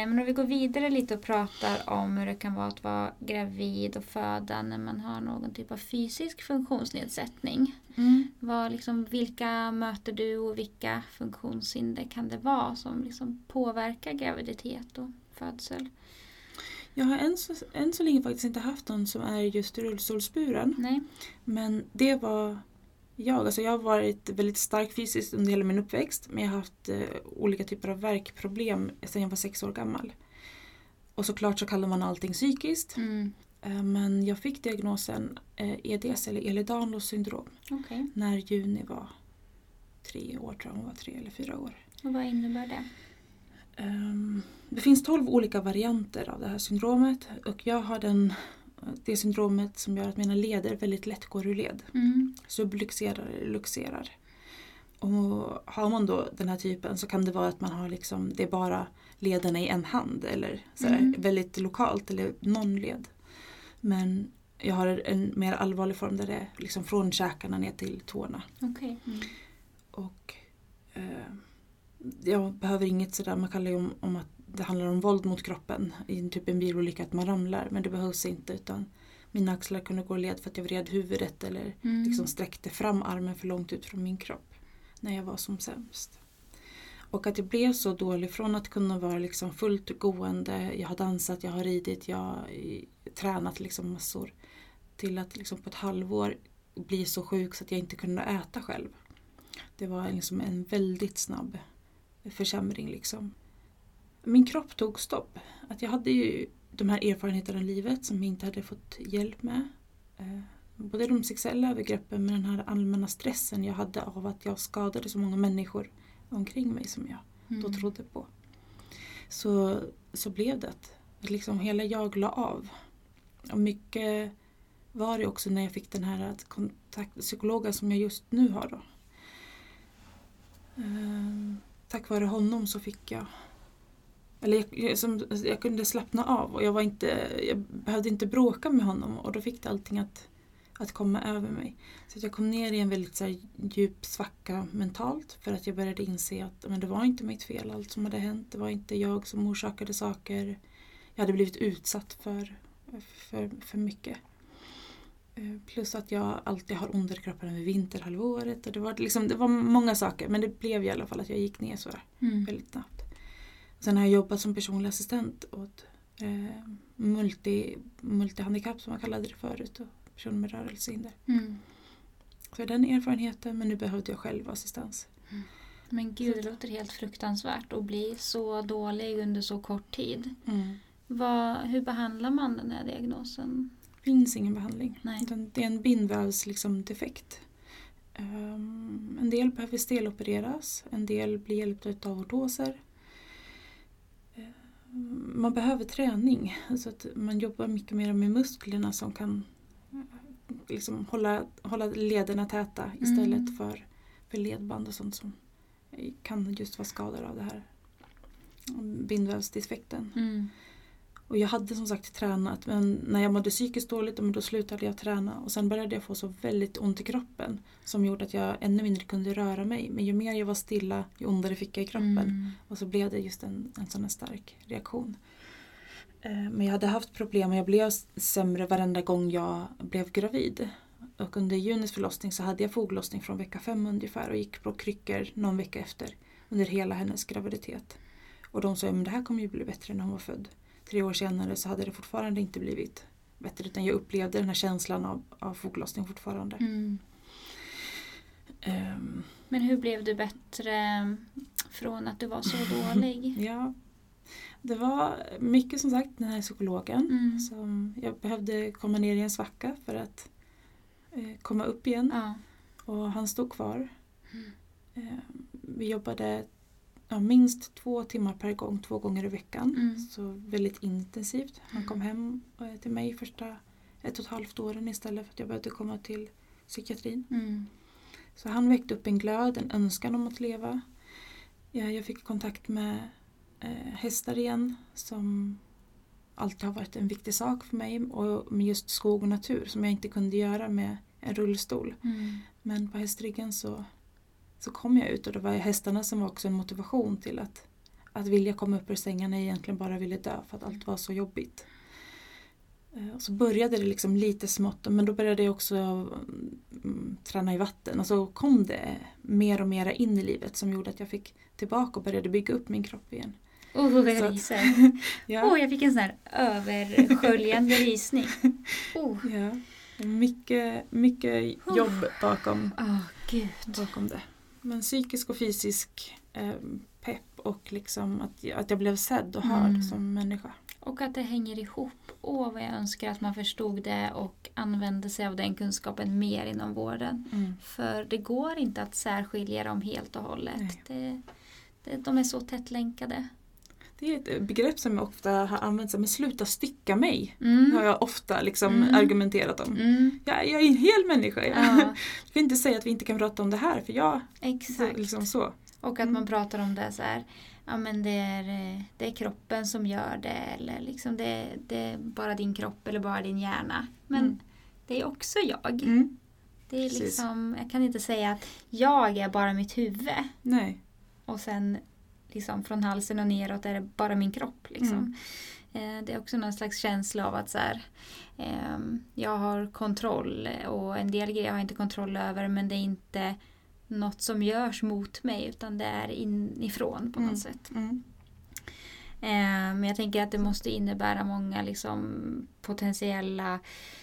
Men om vi går vidare lite och pratar om hur det kan vara att vara gravid och föda när man har någon typ av fysisk funktionsnedsättning. Vilka möter du och vilka funktionshinder kan det vara som liksom påverkar graviditet och födsel? Jag har än så länge faktiskt inte haft någon som är just rullstolsburen. Nej. Men det var jag. Alltså jag har varit väldigt stark fysiskt under hela min uppväxt. Men jag har haft olika typer av värkproblem sedan jag var 6 år gammal. Och såklart så kallar man allting psykiskt. Men jag fick diagnosen EDS eller Ehlers-Danlos syndrom. Okay. När Juni var 3 år, tror jag hon var 3 eller 4 år. Och vad innebär det? Det finns 12 olika varianter av det här syndromet. Och jag har det syndromet som gör att mina leder väldigt lätt går ur led. Subluxerar eller luxerar. Och har man då den här typen så kan det vara att man har liksom, det är bara lederna i en hand. Eller sådär, väldigt lokalt eller någon led. Men jag har en mer allvarlig form där det är liksom från käkarna ner till tårna. Okay. Och jag behöver inget sådär, man kallar ju om att det handlar om våld mot kroppen i typ en bilolycka att man ramlar, men det behövs inte, utan mina axlar kunde gå led för att jag vred huvudet eller liksom sträckte fram armen för långt ut från min kropp när jag var som sämst. Och att jag blev så dålig från att kunna vara liksom fullt gående, jag har dansat, jag har ridit, jag har tränat liksom massor, till att liksom på ett halvår bli så sjuk så att jag inte kunde äta själv. Det var liksom en väldigt snabb försämring liksom. Min kropp tog stopp. Att jag hade ju de här erfarenheterna i livet som jag inte hade fått hjälp med. Både de sexuella övergreppen men den här allmänna stressen jag hade av att jag skadade så många människor omkring mig som jag då trodde på. Så blev det att liksom hela jag la av. Och mycket var det också när jag fick den här kontaktpsykologen som jag just nu har då. Tack vare honom så fick jag, eller jag kunde slappna av och jag behövde inte bråka med honom, och då fick det allting att komma över mig. Så att jag kom ner i en väldigt så här, djup svacka mentalt, för att jag började inse att men det var inte mitt fel allt som hade hänt, det var inte jag som orsakade saker. Jag hade blivit utsatt för mycket. Plus att jag alltid har underkroppen över vinterhalvåret. Och det var många saker. Men det blev i alla fall att jag gick ner så väldigt snabbt. Sen har jag jobbat som personlig assistent åt multihandikapp som man kallade det förut. Och personer med rörelsehinder. Så den erfarenheten, men nu behövde jag själv assistans. Men gud, det låter helt fruktansvärt att bli så dålig under så kort tid. Hur behandlar man den här diagnosen? Det finns ingen behandling. Nej. Det är en bindvävs defekt. En del behöver stelopereras. En del blir hjälpta av ortoser. Man behöver träning. Så att man jobbar mycket mer med musklerna som kan liksom hålla lederna täta istället för ledband och sånt som kan just vara skadade av det här bindvävsdefekten. Och jag hade som sagt tränat, men när jag mådde psykiskt dåligt då slutade jag träna. Och sen började jag få så väldigt ont i kroppen som gjorde att jag ännu mindre kunde röra mig. Men ju mer jag var stilla, ju ondare fick jag i kroppen. Och så blev det just en sån här stark reaktion. Men jag hade haft problem och jag blev sämre varenda gång jag blev gravid. Och under Junis förlossning så hade jag foglossning från vecka 5 ungefär och gick på kryckor någon vecka efter under hela hennes graviditet. Och de sa att det här kommer ju bli bättre när hon var född. 3 år senare så hade det fortfarande inte blivit bättre, utan jag upplevde den här känslan av foglossning fortfarande. Men hur blev du bättre från att du var så dålig? Ja, det var mycket som sagt den här psykologen som jag behövde komma ner i en svacka för att komma upp igen. Och han stod kvar. Vi jobbade minst 2 timmar per gång, 2 gånger i veckan. Så väldigt intensivt. Han kom hem till mig första 1,5 åren istället för att jag behövde komma till psykiatrin. Så han väckte upp en glöd, en önskan om att leva. Jag fick kontakt med hästar igen som alltid har varit en viktig sak för mig. Och med just skog och natur som jag inte kunde göra med en rullstol. Men på hästryggen så kom jag ut, och det var hästarna som var också en motivation till att vilja komma upp ur sängen när jag egentligen bara ville dö för att allt var så jobbigt. Och så började det liksom lite smått, men då började jag också träna i vatten. Och så kom det mer och mer in i livet som gjorde att jag fick tillbaka och började bygga upp min kropp igen. Jag ryser. Ja. Jag fick en sån här översköljande rysning. Ja. Mycket jobb bakom det. Men psykisk och fysisk pepp och liksom att jag blev sedd och hörd som människa. Och att det hänger ihop. Vad jag önskar att man förstod det och använde sig av den kunskapen mer inom vården. För det går inte att särskilja dem helt och hållet. De är så tätt länkade. Det är ett begrepp som jag ofta har använt som sluta stycka mig. Har jag ofta argumenterat om. Jag är en hel människa. Jag vill inte säga att vi inte kan prata om det här. För jag exakt. Liksom så. Och att man pratar om det så här. Ja, men det är kroppen som gör det. Eller liksom det är bara din kropp eller bara din hjärna. Men det är också jag. Det är liksom, jag kan inte säga att jag är bara mitt huvud. Nej. Och sen liksom från halsen och neråt är det bara min kropp. Liksom. Det är också någon slags känsla av att så här, jag har kontroll och en del grejer har jag inte kontroll över, men det är inte något som görs mot mig utan det är inifrån på något sätt. Men jag tänker att det måste innebära många liksom, potentiella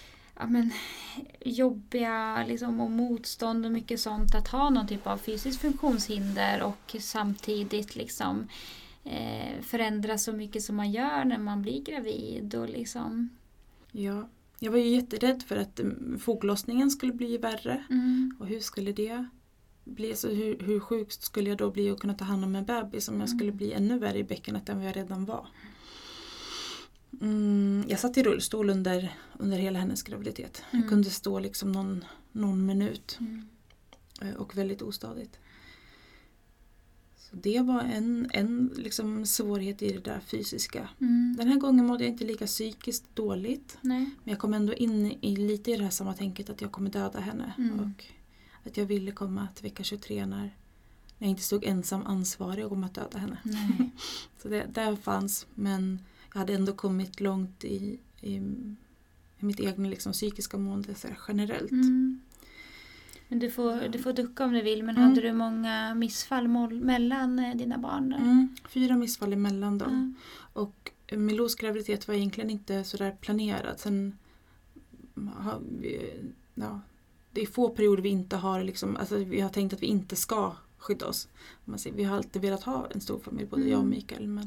jobbiga liksom, och motstånd och mycket sånt att ha någon typ av fysiskt funktionshinder och samtidigt liksom, förändra så mycket som man gör när man blir gravid. Och liksom. Ja, jag var ju jätterädd för att foglossningen skulle bli värre. Och hur skulle det bli? Så hur sjukt skulle jag då bli att kunna ta hand om en bebis om jag skulle bli ännu värre i bäckenet än vad jag redan var? Jag satt i rullstol under hela hennes graviditet. Jag kunde stå liksom någon minut. Och väldigt ostadigt. Så det var en liksom svårighet i det där fysiska. Den här gången mådde jag inte lika psykiskt dåligt. Nej. Men jag kom ändå in lite i det här samma tänket att jag kommer döda henne. Och att jag ville komma till vecka 23 när jag inte stod ensam ansvarig om att döda henne. Nej. Så det där fanns, men jag hade ändå kommit långt i mitt egna liksom, psykiska mående så generellt. Men du får ducka om du vill, men hade du många missfall mellan dina barn? 4 missfall emellan dem. Och Milous graviditet var egentligen inte så där planerad. Sen det är få perioder vi inte har liksom, alltså vi har tänkt att vi inte ska skydda oss. Vi har alltid velat ha en stor familj, både jag och Mikael, men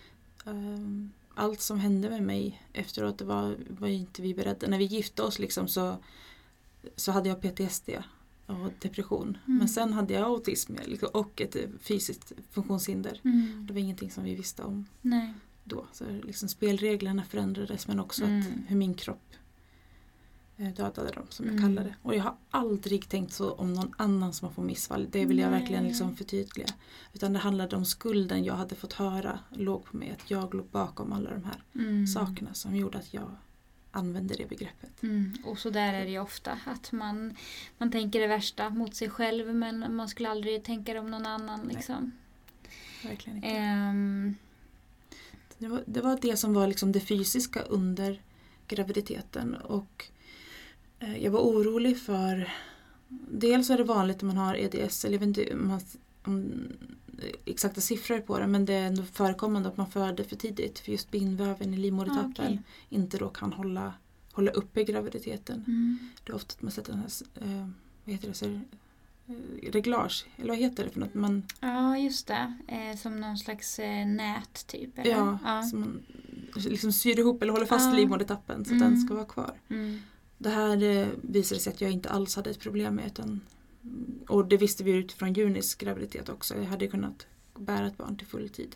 allt som hände med mig efteråt var inte vi beredda. När vi gifte oss liksom, så hade jag PTSD och depression. Men sen hade jag autism liksom, och ett fysiskt funktionshinder. Det var ingenting som vi visste om då. Så liksom, spelreglerna förändrades, men också hur min kropp dödade dem, som jag kallar det. Och jag har aldrig tänkt så om någon annan som har fått missfall. Det vill jag verkligen liksom förtydliga. Utan det handlade om skulden jag hade fått höra låg på mig. Att jag låg bakom alla de här sakerna som gjorde att jag använde det begreppet. Och så där är det ju ofta. Att man tänker det värsta mot sig själv, men man skulle aldrig tänka det om någon annan. Liksom. Verkligen inte. Det var det som var liksom det fysiska under graviditeten. Och jag var orolig för, dels är det vanligt att man har EDS, eller jag vet inte om exakta siffror på det, men det är ändå förekommande att man föder för tidigt, för just bindväven i livmodertappen inte då kan hålla uppe graviditeten. Det är ofta att man sätter den här, vad heter det, så, reglage, eller vad heter det för något? Ja, just det. Som någon slags nät typ. Eller? Ja, som man liksom syr ihop eller håller fast livmodertappen så att den ska vara kvar. Det här visade sig att jag inte alls hade ett problem med. Och det visste vi utifrån Junis graviditet också. Jag hade kunnat bära ett barn till full tid.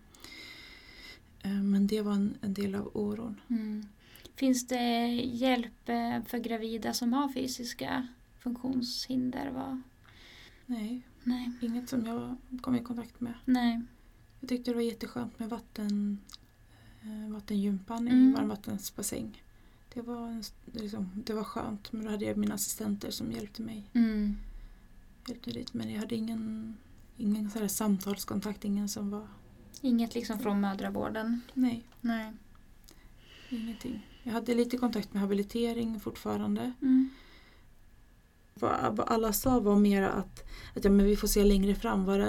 Men det var en del av oron. Finns det hjälp för gravida som har fysiska funktionshinder? Nej. Inget som jag kom i kontakt med. Nej. Jag tyckte det var jätteskönt med vattengympan i varmvattensbassäng. Det var skönt, men då hade jag mina assistenter som hjälpte mig. Hjälpte dit, men jag hade ingen så här samtalskontakt, ingen som var Inget liksom från mödravården? Nej. Ingenting. Jag hade lite kontakt med habilitering fortfarande. Vad alla sa var mer att ja, men vi får se längre fram vad det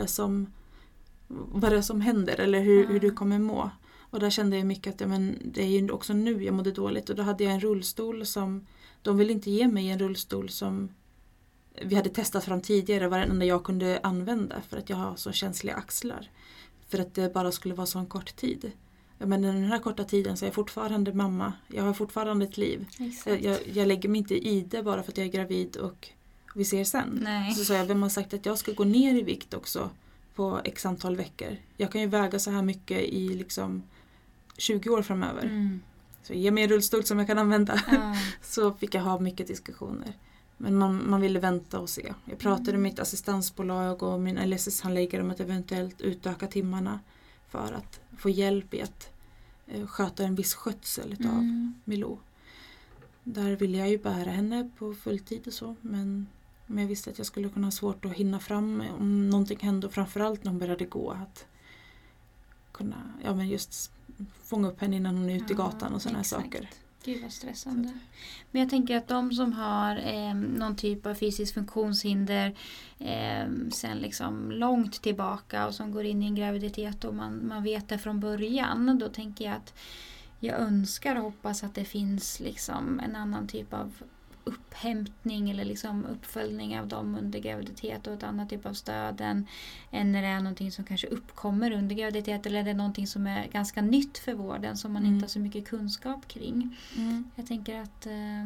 är som händer eller hur du kommer må. Och där kände jag mycket att ja, men det är ju också nu jag mådde dåligt. Och då hade jag en rullstol som, de ville inte ge mig en rullstol som vi hade testat fram tidigare, var den enda jag kunde använda för att jag har så känsliga axlar. För att det bara skulle vara så en kort tid. Men den här korta tiden så är jag fortfarande mamma. Jag har fortfarande ett liv. Jag lägger mig inte i det bara för att jag är gravid och vi ser sen. Nej. Så sa jag, vem har sagt att jag ska gå ner i vikt också på x antal veckor? Jag kan ju väga så här mycket i liksom 20 år framöver. Så ge mig en rullstol som jag kan använda. Så fick jag ha mycket diskussioner. Men man ville vänta och se. Jag pratade med mitt assistansbolag och min LSS-handläggare om att eventuellt utöka timmarna för att få hjälp i att sköta en viss skötsel av Milou. Där ville jag ju bära henne på fulltid och så. Men jag visste att jag skulle kunna ha svårt att hinna fram om någonting hände. Och framförallt när hon började gå. Att kunna just fånga upp henne innan hon är ute i gatan och sådana här saker. Gud vad stressande. Men jag tänker att de som har någon typ av fysiskt funktionshinder sen liksom långt tillbaka och som går in i en graviditet och man vet det från början, då tänker jag att jag önskar och hoppas att det finns liksom en annan typ av upphämtning eller liksom uppföljning av dem under graviditet och ett annat typ av stöd än när det är någonting som kanske uppkommer under graviditet eller det är någonting som är ganska nytt för vården som man inte har så mycket kunskap kring. Jag tänker att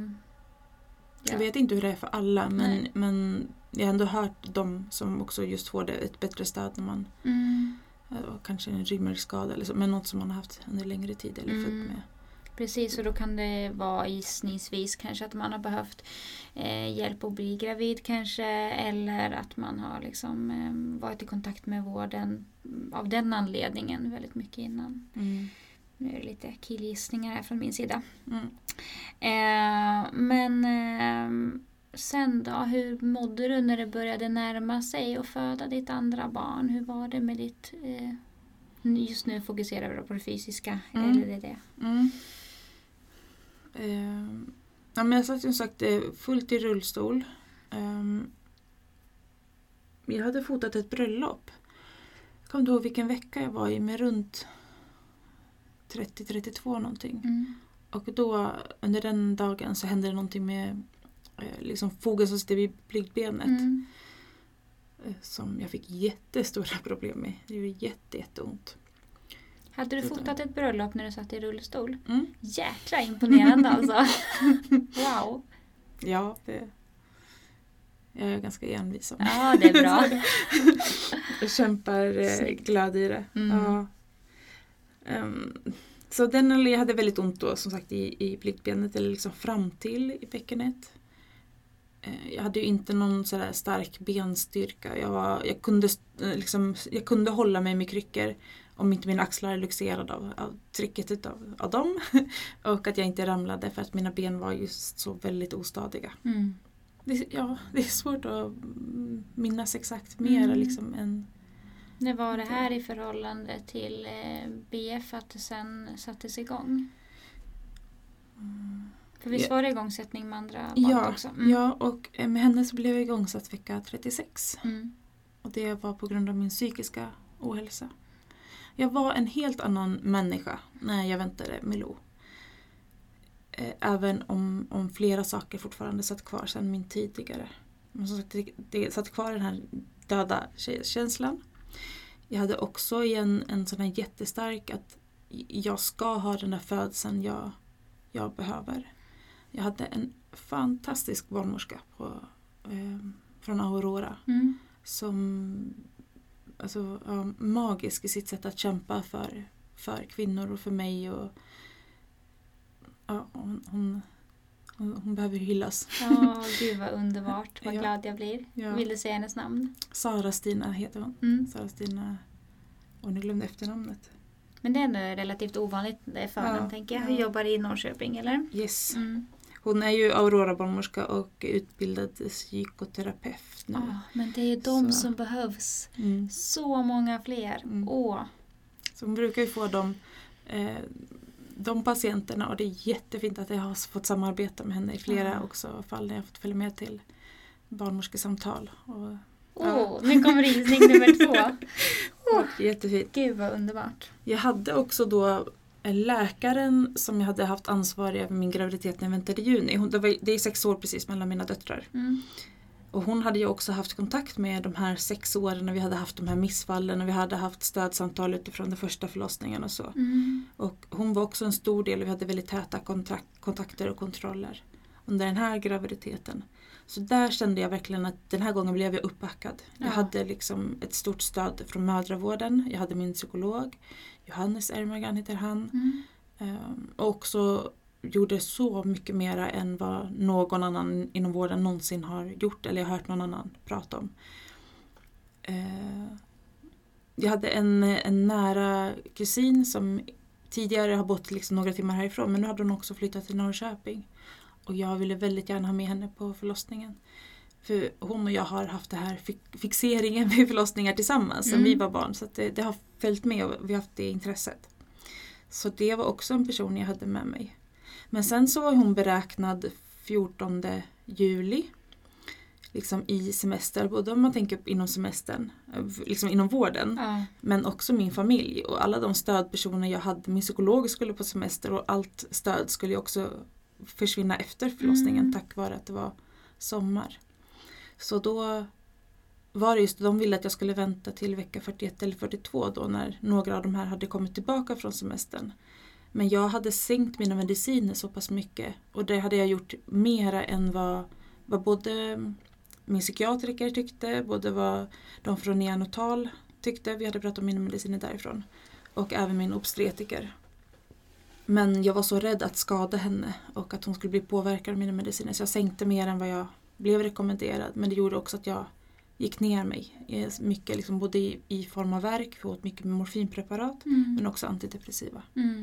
jag vet inte hur det är för alla men jag har ändå hört de som också just får ett bättre stöd när man kanske en ryggmärgsskada eller så, men något som man har haft under längre tid eller fått med. Precis, och då kan det vara gissningsvis kanske att man har behövt hjälp att bli gravid kanske, eller att man har liksom varit i kontakt med vården av den anledningen väldigt mycket innan. Nu är det lite killgissningar här från min sida. Men sen då, hur mådde du när det började närma sig och föda ditt andra barn? Hur var det med ditt... just nu fokuserar vi på det fysiska, eller är det? Men jag satt som sagt fullt i rullstol. Jag hade fotat ett bröllop. Jag kommer inte ihåg vilken vecka jag var i, med runt 30-32 någonting. Och då under den dagen så hände det någonting med liksom fogen som sitter vid blygdbenet. Som jag fick jättestora problem med. Det var jätteont. Hade du fotat ett bröllop när du satt i rullstol? Jäkla imponerande alltså. Wow. Ja, jag är ganska envis om det. Ja, det är bra. Jag kämpar glad i det. Ja. Så jag hade väldigt ont då, som sagt, i blygdbenet eller liksom fram till i bäckenet. Jag hade ju inte någon sådär stark benstyrka. Jag kunde hålla mig med kryckor om inte mina axlar är luxerade av trycket av dem. Och att jag inte ramlade för att mina ben var just så väldigt ostadiga. Det är svårt att minnas exakt mer liksom än... När var det här i förhållande till BF att det sen sattes igång? För visst var det igångsättning med andra barn också? Ja, och med henne så blev jag igångsatt vecka 36. Och det var på grund av min psykiska ohälsa. Jag var en helt annan människa när jag väntade Milou. Även om flera saker fortfarande satt kvar sedan min tidigare. Men som sagt, det satt kvar den här döda känslan. Jag hade också en sån här jättestark att jag ska ha den där födseln jag behöver. Jag hade en fantastisk barnmorska från Aurora. Som magisk i sitt sätt att kämpa för kvinnor och för mig. Och, hon behöver hyllas. Ja, gud vad underbart. Vad glad jag blir. Ja. Vill du säga hennes namn? Sara-Stina heter hon. Sara-Stina. Och nu glömde efternamnet. Men det är ändå relativt ovanligt för den, tänker jag. Hon jobbar i Norrköping, eller? Yes. Hon är ju Aurora-barnmorska och utbildad psykoterapeut nu. Men det är ju de som behövs. Så många fler. Så hon brukar ju få de patienterna, och det är jättefint att jag har fått samarbeta med henne i flera också fall när jag har fått följa med till barnmorskesamtal. Nu kommer risning nummer 2. Jättefint. Gud vad underbart. Jag hade också då läkaren som jag hade haft ansvarig över min graviditet när jag väntade i juni. Det är 6 år precis mellan mina döttrar. Och hon hade ju också haft kontakt med de här 6 åren när vi hade haft de här missfallen och vi hade haft stödsamtal utifrån den första förlossningen och så. Och hon var också en stor del och vi hade väldigt täta kontakter och kontroller under den här graviditeten. Så där kände jag verkligen att den här gången blev jag uppbackad. Jag hade liksom ett stort stöd från mödravården. Jag hade min psykolog, Johannes Ermagan heter han. Och också gjorde så mycket mera än vad någon annan inom vården någonsin har gjort eller jag har hört någon annan prata om. Jag hade en nära kusin som tidigare har bott liksom några timmar härifrån, men nu hade hon också flyttat till Norrköping. Och jag ville väldigt gärna ha med henne på förlossningen. För hon och jag har haft det här fixeringen vid förlossningar tillsammans sen vi var barn. Så att det har följt med och vi har haft det intresset. Så det var också en person jag hade med mig. Men sen så var hon beräknad 14 juli. Liksom i semester. Både om man tänker inom semestern. Liksom inom vården. Men också min familj. Och alla de stödpersoner jag hade. Min psykolog skulle på semester. Och allt stöd skulle ju också försvinna efter förlossningen. Tack vare att det var sommar. Så då var det just, de ville att jag skulle vänta till vecka 41 eller 42 då när några av de här hade kommit tillbaka från semestern. Men jag hade sänkt mina mediciner så pass mycket och det hade jag gjort mera än vad både min psykiatriker tyckte, både vad de från neonatal tyckte, vi hade pratat om mina mediciner därifrån, och även min obstetriker. Men jag var så rädd att skada henne och att hon skulle bli påverkad av mina mediciner så jag sänkte mer än vad jag blev rekommenderad. Men det gjorde också att jag gick ner mig mycket, liksom både i form av värk, för åt mycket morfinpreparat men också antidepressiva.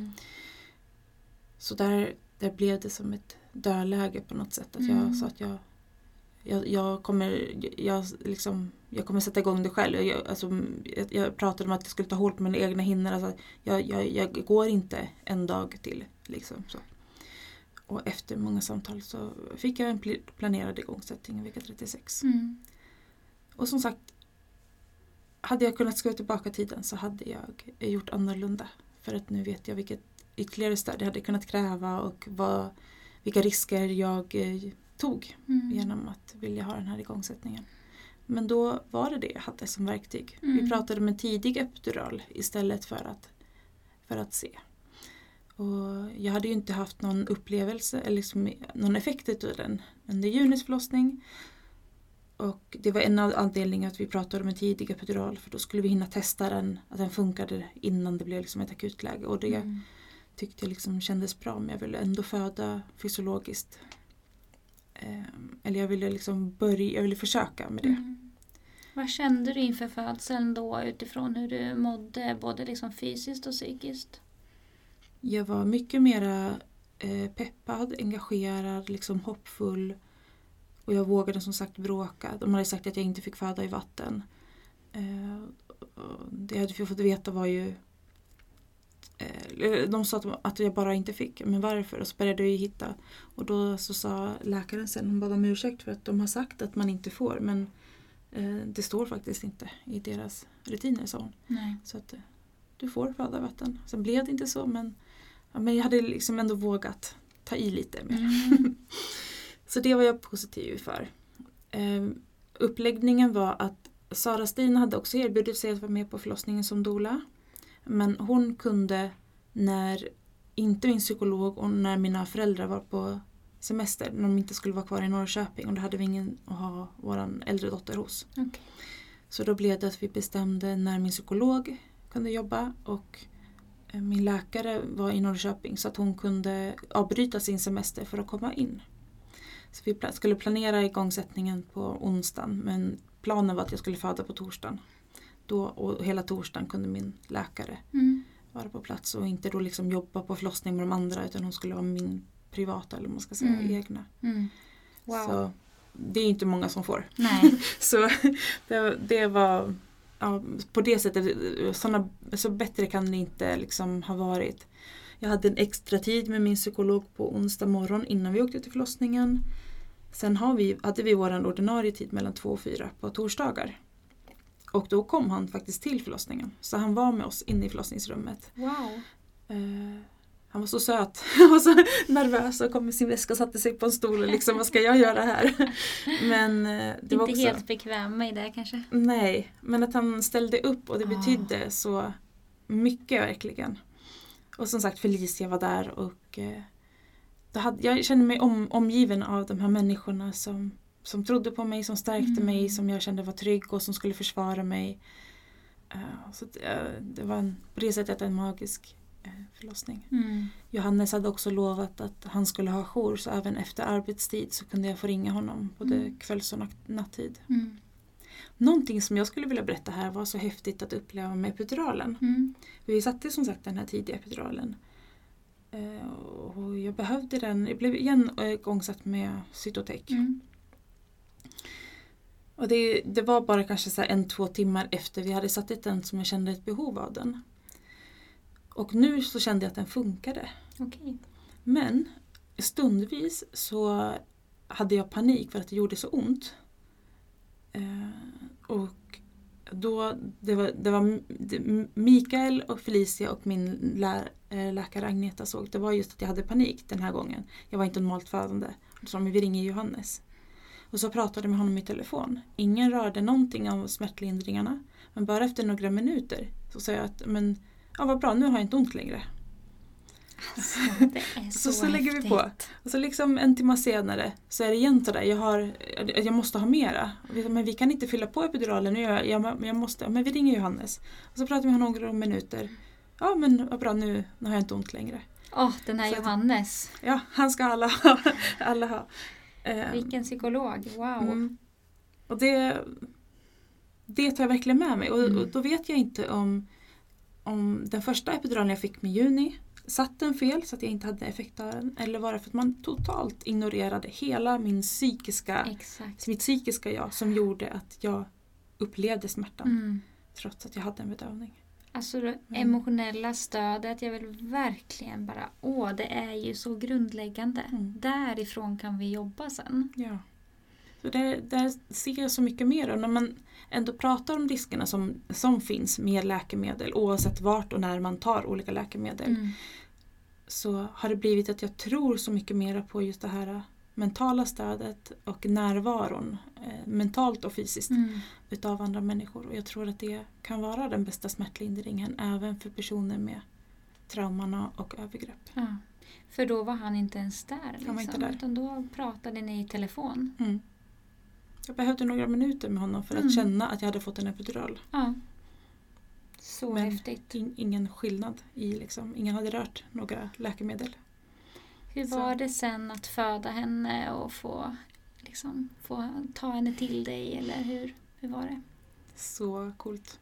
Så där blev det som ett dödläge på något sätt. Att jag sa att jag kommer sätta igång det själv. Jag pratade om att jag skulle ta hål på mina egna hinnor. Alltså, jag går inte en dag till. Liksom, så. Och efter många samtal så fick jag en planerad igångsättning i vecka 36. Och som sagt, hade jag kunnat skriva tillbaka tiden så hade jag gjort annorlunda. För att nu vet jag vilket ytterligare stöd jag hade kunnat kräva och vilka risker jag tog genom att vilja ha den här igångsättningen. Men då var det jag hade som verktyg. Vi pratade om en tidig epidural istället för att se. Och jag hade ju inte haft någon upplevelse eller liksom någon effekt av den under Junis förlossning. Och det var en av anledningarna att vi pratade om en tidig epidural. För då skulle vi hinna testa den, att den funkade innan det blev liksom ett akutläge. Och det tyckte jag liksom kändes bra, men jag ville ändå föda fysiologiskt. Eller jag ville försöka med det. Vad kände du inför födseln då utifrån hur du mådde både liksom fysiskt och psykiskt? Jag var mycket mera peppad, engagerad, liksom hoppfull. Och jag vågade som sagt bråka. De hade sagt att jag inte fick föda i vatten. Det hade jag fått veta var ju... De sa att jag bara inte fick. Men varför? Och så började jag hitta. Och då så sa läkaren sen, hon bad om ursäkt för att de har sagt att man inte får. Men det står faktiskt inte i deras rutiner, sa hon. Nej. Så att du får föda i vatten. Sen blev det inte så, men jag hade liksom ändå vågat ta i lite mer. Så det var jag positiv för. Uppläggningen var att Sara-Stina hade också erbjudit sig att vara med på förlossningen som doula. Men hon kunde när inte min psykolog och när mina föräldrar var på semester. När de inte skulle vara kvar i Norrköping. Och då hade vi ingen att ha vår äldre dotter hos. Okay. Så då blev det att vi bestämde när min psykolog kunde jobba. Och min läkare var i Norrköping så att hon kunde avbryta sin semester för att komma in. Så vi skulle planera igångsättningen på onsdagen. Men planen var att jag skulle föda på torsdagen. Då, och hela torsdagen kunde min läkare vara på plats. Och inte då liksom jobba på förlossning med de andra. Utan hon skulle vara min privata, eller man ska säga, egna. Wow. Så det är inte många som får. Nej. Så det var ja, på det sättet, så bättre kan det inte liksom ha varit. Jag hade en extra tid med min psykolog på onsdag morgon innan vi åkte till förlossningen. Sen hade vi vår ordinarie tid mellan 2 och 4 på torsdagar. Och då kom han faktiskt till förlossningen. Så han var med oss inne i förlossningsrummet. Wow. Han var så söt. Han var så nervös och kom med sin väska och satte sig på en stol. Och liksom, vad ska jag göra här? Men det var inte också helt bekväm med det kanske? Nej, men att han ställde upp och det betydde så mycket verkligen. Och som sagt, Felicia var där och jag kände mig omgiven av de här människorna som trodde på mig, som stärkte mig, som jag kände var trygg och som skulle försvara mig. Så det var på det sättet en magisk förlossning. Johannes hade också lovat att han skulle ha jour, så även efter arbetstid så kunde jag få ringa honom både kvälls- och nattid. Någonting som jag skulle vilja berätta här var så häftigt att uppleva med epiduralen. Vi satte som sagt den här tidiga epiduralen. Och jag behövde den. Jag blev igångsatt med Cytotec. Och det var bara kanske så 1-2 timmar efter vi hade satt dit den som jag kände ett behov av den. Och nu så kände jag att den funkade. Okay. Men stundvis så hade jag panik för att det gjorde så ont. Och då det var Mikael och Felicia och min läkare Agneta såg. Det var just att jag hade panik den här gången. Jag var inte normalt födande. Så vi ringer Johannes. Och så pratade med honom i telefon. Ingen rörde någonting av smärtlindringarna. Men bara efter några minuter så sa jag att vad bra, nu har jag inte ont längre. Alltså, det är så lägger vi på. Och så liksom 1 timme senare så är det igen sådär. Jag måste ha mera. Men vi kan inte fylla på epiduralen. Jag måste. Men vi ringer Johannes. Och så pratar vi med honom några minuter. Ja, men vad bra, nu har jag inte ont längre. Den här så Johannes. Ja, han ska alla ha. Vilken psykolog, wow. Och det tar jag verkligen med mig. Och då vet jag inte om den första epiduralen jag fick med juni satt den fel så att jag inte hade effekt av den. Eller var det för att man totalt ignorerade hela mitt psykiska jag som gjorde att jag upplevde smärtan. Trots att jag hade en bedövning. Alltså det emotionella stödet, jag vill verkligen bara, det är ju så grundläggande. Därifrån kan vi jobba sen. Ja. Så där ser jag så mycket mer. Och när man ändå pratar om riskerna som finns med läkemedel, oavsett vart och när man tar olika läkemedel, så har det blivit att jag tror så mycket mer på just det här mentala stödet och närvaron, mentalt och fysiskt, utav andra människor. Och jag tror att det kan vara den bästa smärtlindringen även för personer med traumorna och övergrepp. Ja. För då var han inte ens där. Han var inte där. Utan då pratade ni i telefon. Jag behövde några minuter med honom för att känna att jag hade fått en epidural. Ja. Så men häftigt. Ingen skillnad ingen hade rört några läkemedel. Hur var det sen att föda henne och få ta henne till dig, eller hur var det? Så coolt.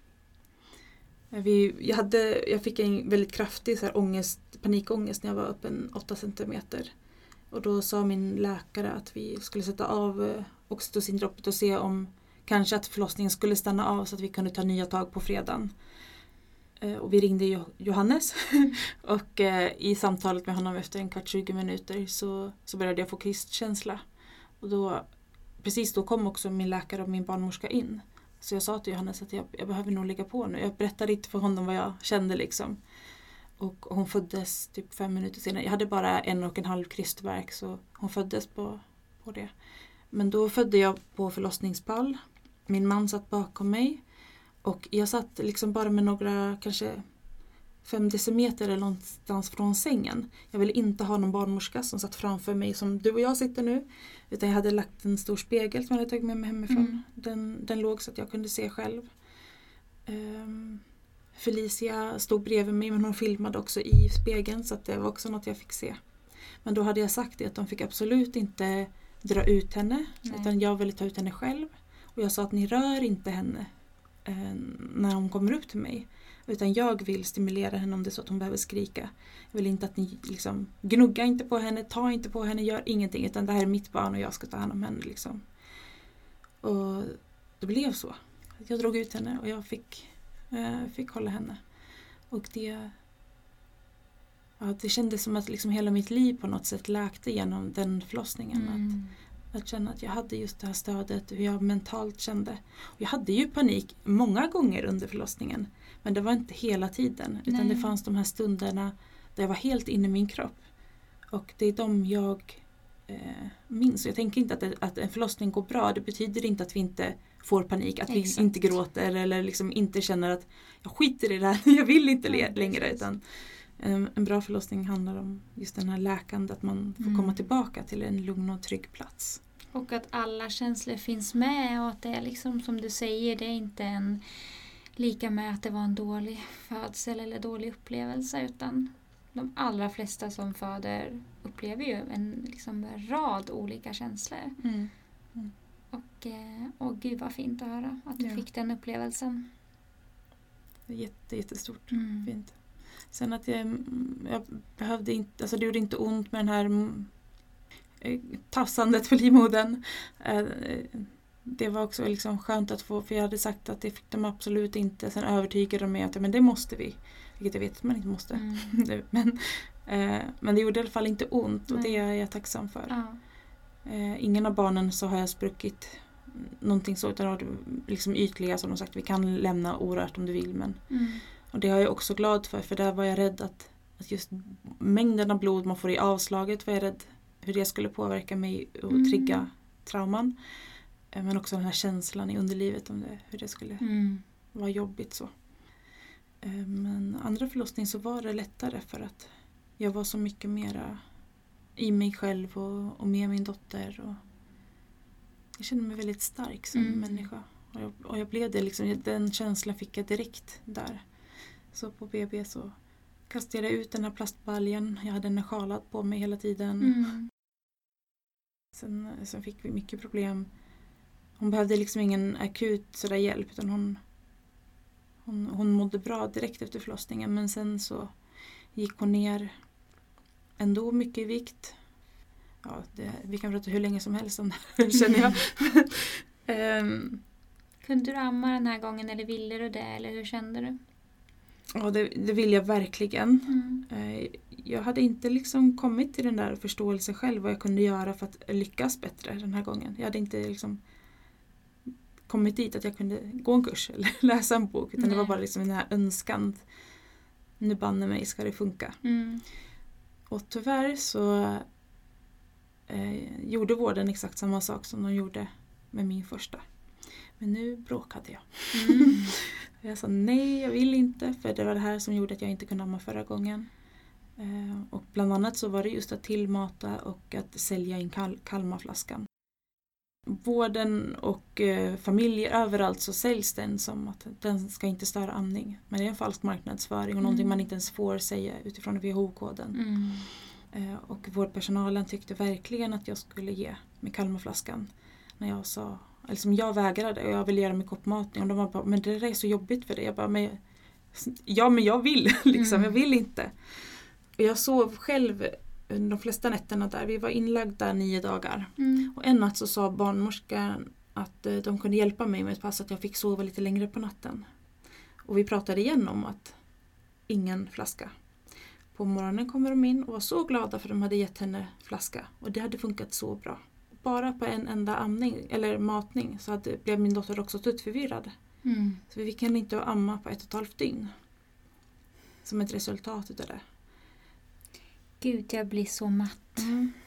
Jag fick en väldigt kraftig panikångest när jag var upp 8 centimeter. Och då sa min läkare att vi skulle sätta av oxytocindroppet och se om kanske att förlossningen skulle stanna av så att vi kunde ta nya tag på fredagen. Och vi ringde Johannes och i samtalet med honom efter 20 minuter så började jag få kristkänsla. Och precis då kom också min läkare och min barnmorska in. Så jag sa till Johannes att jag behöver nog ligga på nu. Jag berättade inte för honom vad jag kände . Och hon föddes typ 5 minuter senare. Jag hade bara 1,5 krystverk, så hon föddes på det. Men då födde jag på förlossningspall. Min man satt bakom mig. Och jag satt bara med några, kanske 5 decimeter eller någonstans från sängen. Jag ville inte ha någon barnmorska som satt framför mig som du och jag sitter nu. Utan jag hade lagt en stor spegel som jag hade tagit med mig hemifrån. Den låg så att jag kunde se själv. Felicia stod bredvid mig, men hon filmade också i spegeln, så att det var också något jag fick se. Men då hade jag sagt det att de fick absolut inte dra ut henne. Nej. Utan jag ville ta ut henne själv. Och jag sa att ni rör inte henne när hon kommer upp till mig. Utan jag vill stimulera henne om det är så att hon behöver skrika. Jag vill inte att ni gnugga inte på henne, ta inte på henne, gör ingenting. Utan det här är mitt barn och jag ska ta hand om henne. Och det blev så. Jag drog ut henne och jag fick hålla henne. Och det kändes som att liksom hela mitt liv på något sätt läkte genom den förlossningen. Att känna att jag hade just det här stödet, hur jag mentalt kände. Och jag hade ju panik många gånger under förlossningen. Men det var inte hela tiden. Utan det fanns de här stunderna där jag var helt inne i min kropp. Och det är de jag minns. Jag tänker inte att en förlossning går bra. Det betyder inte att vi inte får panik. Att vi inte gråter eller liksom inte känner att jag skiter i det här. Jag vill inte längre. Utan en bra förlossning handlar om just den här läkande. Att man får komma tillbaka till en lugn och trygg plats. Och att alla känslor finns med. Och att det är liksom som du säger. Det är inte lika med att det var en dålig födsel eller dålig upplevelse. Utan de allra flesta som föder upplever ju en rad olika känslor. Och gud vad fint att höra att du fick den upplevelsen. Det är jättestort. Fint. Sen att jag behövde inte, alltså det gjorde inte ont med den här tassandet på livmodern. Det var också liksom skönt att få, för jag hade sagt att det fick de absolut inte. Sen övertygade de mig att men det måste vi. Vilket jag vet att man inte måste nu. Men det gjorde i alla fall inte ont och det är jag tacksam för. Ja. Ingen av barnen så har jag spruckit någonting så, utan liksom ytliga som de sagt, vi kan lämna orört om du vill. Och det är jag också glad för där var jag rädd att just mängden av blod man får i avslaget, var jag rädd hur det skulle påverka mig och trigga trauman. Men också den här känslan i underlivet om hur det skulle vara jobbigt så. Men andra förlossning så var det lättare för att jag var så mycket mera i mig själv och med min dotter. Och jag kände mig väldigt stark som människa. Och jag blev det liksom, den känslan fick jag direkt där. Så på BB så kastade jag ut den här plastbaljen. Jag hade den sjalad på mig hela tiden. Sen fick vi mycket problem. Hon behövde liksom ingen akut sådär hjälp, utan hon mådde bra direkt efter förlossningen. Men sen så gick hon ner ändå mycket i vikt. Ja, vi kan prata hur länge som helst om det här, känner jag. Kunde du amma den här gången eller ville du det? Eller hur kände du? Ja, det vill jag verkligen. Jag hade inte liksom kommit till den där förståelsen själv vad jag kunde göra för att lyckas bättre den här gången. Jag hade inte liksom kommit dit att jag kunde gå en kurs eller läsa en bok. Utan det var bara liksom den här önskan. Nu banne mig ska det funka. Och tyvärr så gjorde vården exakt samma sak som de gjorde med min första. Men nu bråkade jag. Jag sa nej, jag vill inte. För det var det här som gjorde att jag inte kunde amma förra gången. Och bland annat så var det just att tillmata och att sälja in Kalmarflaskan. Vården och familjer överallt så säljs den som att den ska inte störa amning. Men det är en falsk marknadsföring och någonting man inte ens får säga utifrån WHO-koden. Och vårdpersonalen tyckte verkligen att jag skulle ge med Kalmarflaskan. När jag sa, eller som jag vägrade och jag ville göra med koppmatning. Och de var bara, men det där är så jobbigt för dig. Jag bara, men jag vill liksom, jag vill inte. Och jag sov själv de flesta nätterna där. Vi var inlagda 9 dagar. Och en natt så sa barnmorskan att de kunde hjälpa mig med ett pass att jag fick sova lite längre på natten. Och vi pratade igen om att ingen flaska. På morgonen kommer de in och var så glada för de hade gett henne flaska. Och det hade funkat så bra. Bara på en enda amning eller matning så blev min dotter också förvirrad. Så vi kan inte amma på 1,5 dygn. Som ett resultat utav det. Gud, jag blir så matt.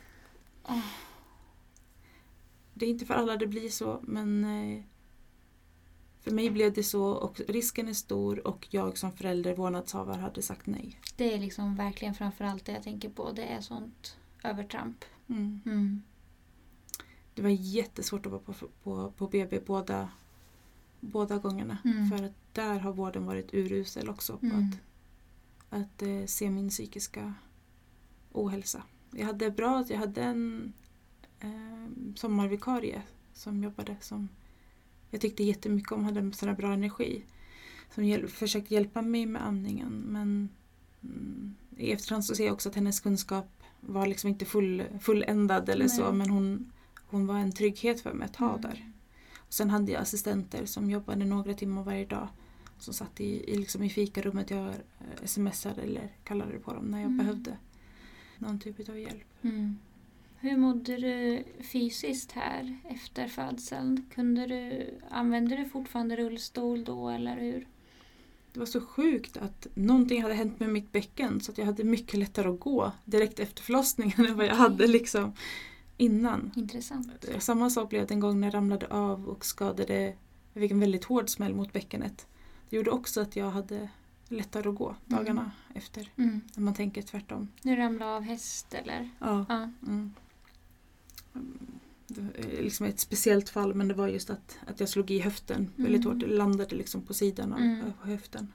Det är inte för alla det blir så, men för mig blev det så och risken är stor och jag som förälder, vårdnadshavare, hade sagt nej. Det är liksom verkligen framförallt det jag tänker på. Det är sånt övertramp. Det var jättesvårt att vara på BB båda gångerna. För att där har vården varit urusel också på att se min psykiska ohälsa. Jag hade en sommarvikarie som jobbade som jag tyckte jättemycket om, hade en sån här bra energi. Som försökte hjälpa mig med amningen. Men i efterhand så ser jag också att hennes kunskap var liksom inte fulländad eller så. Men hon var en trygghet för mig att ha där. Sen hade jag assistenter som jobbade några timmar varje dag. Som satt i fikarummet. Jag smsade eller kallade på dem när jag behövde någon typ av hjälp. Mm. Hur mådde du fysiskt här efter födseln? Använde du fortfarande rullstol då eller hur? Det var så sjukt att någonting hade hänt med mitt bäcken så att jag hade mycket lättare att gå direkt efter förlossningen än vad jag hade liksom innan. Intressant. Samma sak blev det en gång när jag ramlade av och skadade. Jag fick en väldigt hård smäll mot bäckenet. Det gjorde också att jag hade lättare att gå dagarna efter. När man tänker tvärtom. Du ramlade av häst eller? Ja. Det var liksom ett speciellt fall, men det var just att jag slog i höften väldigt hårt. Det landade liksom på sidan av höften.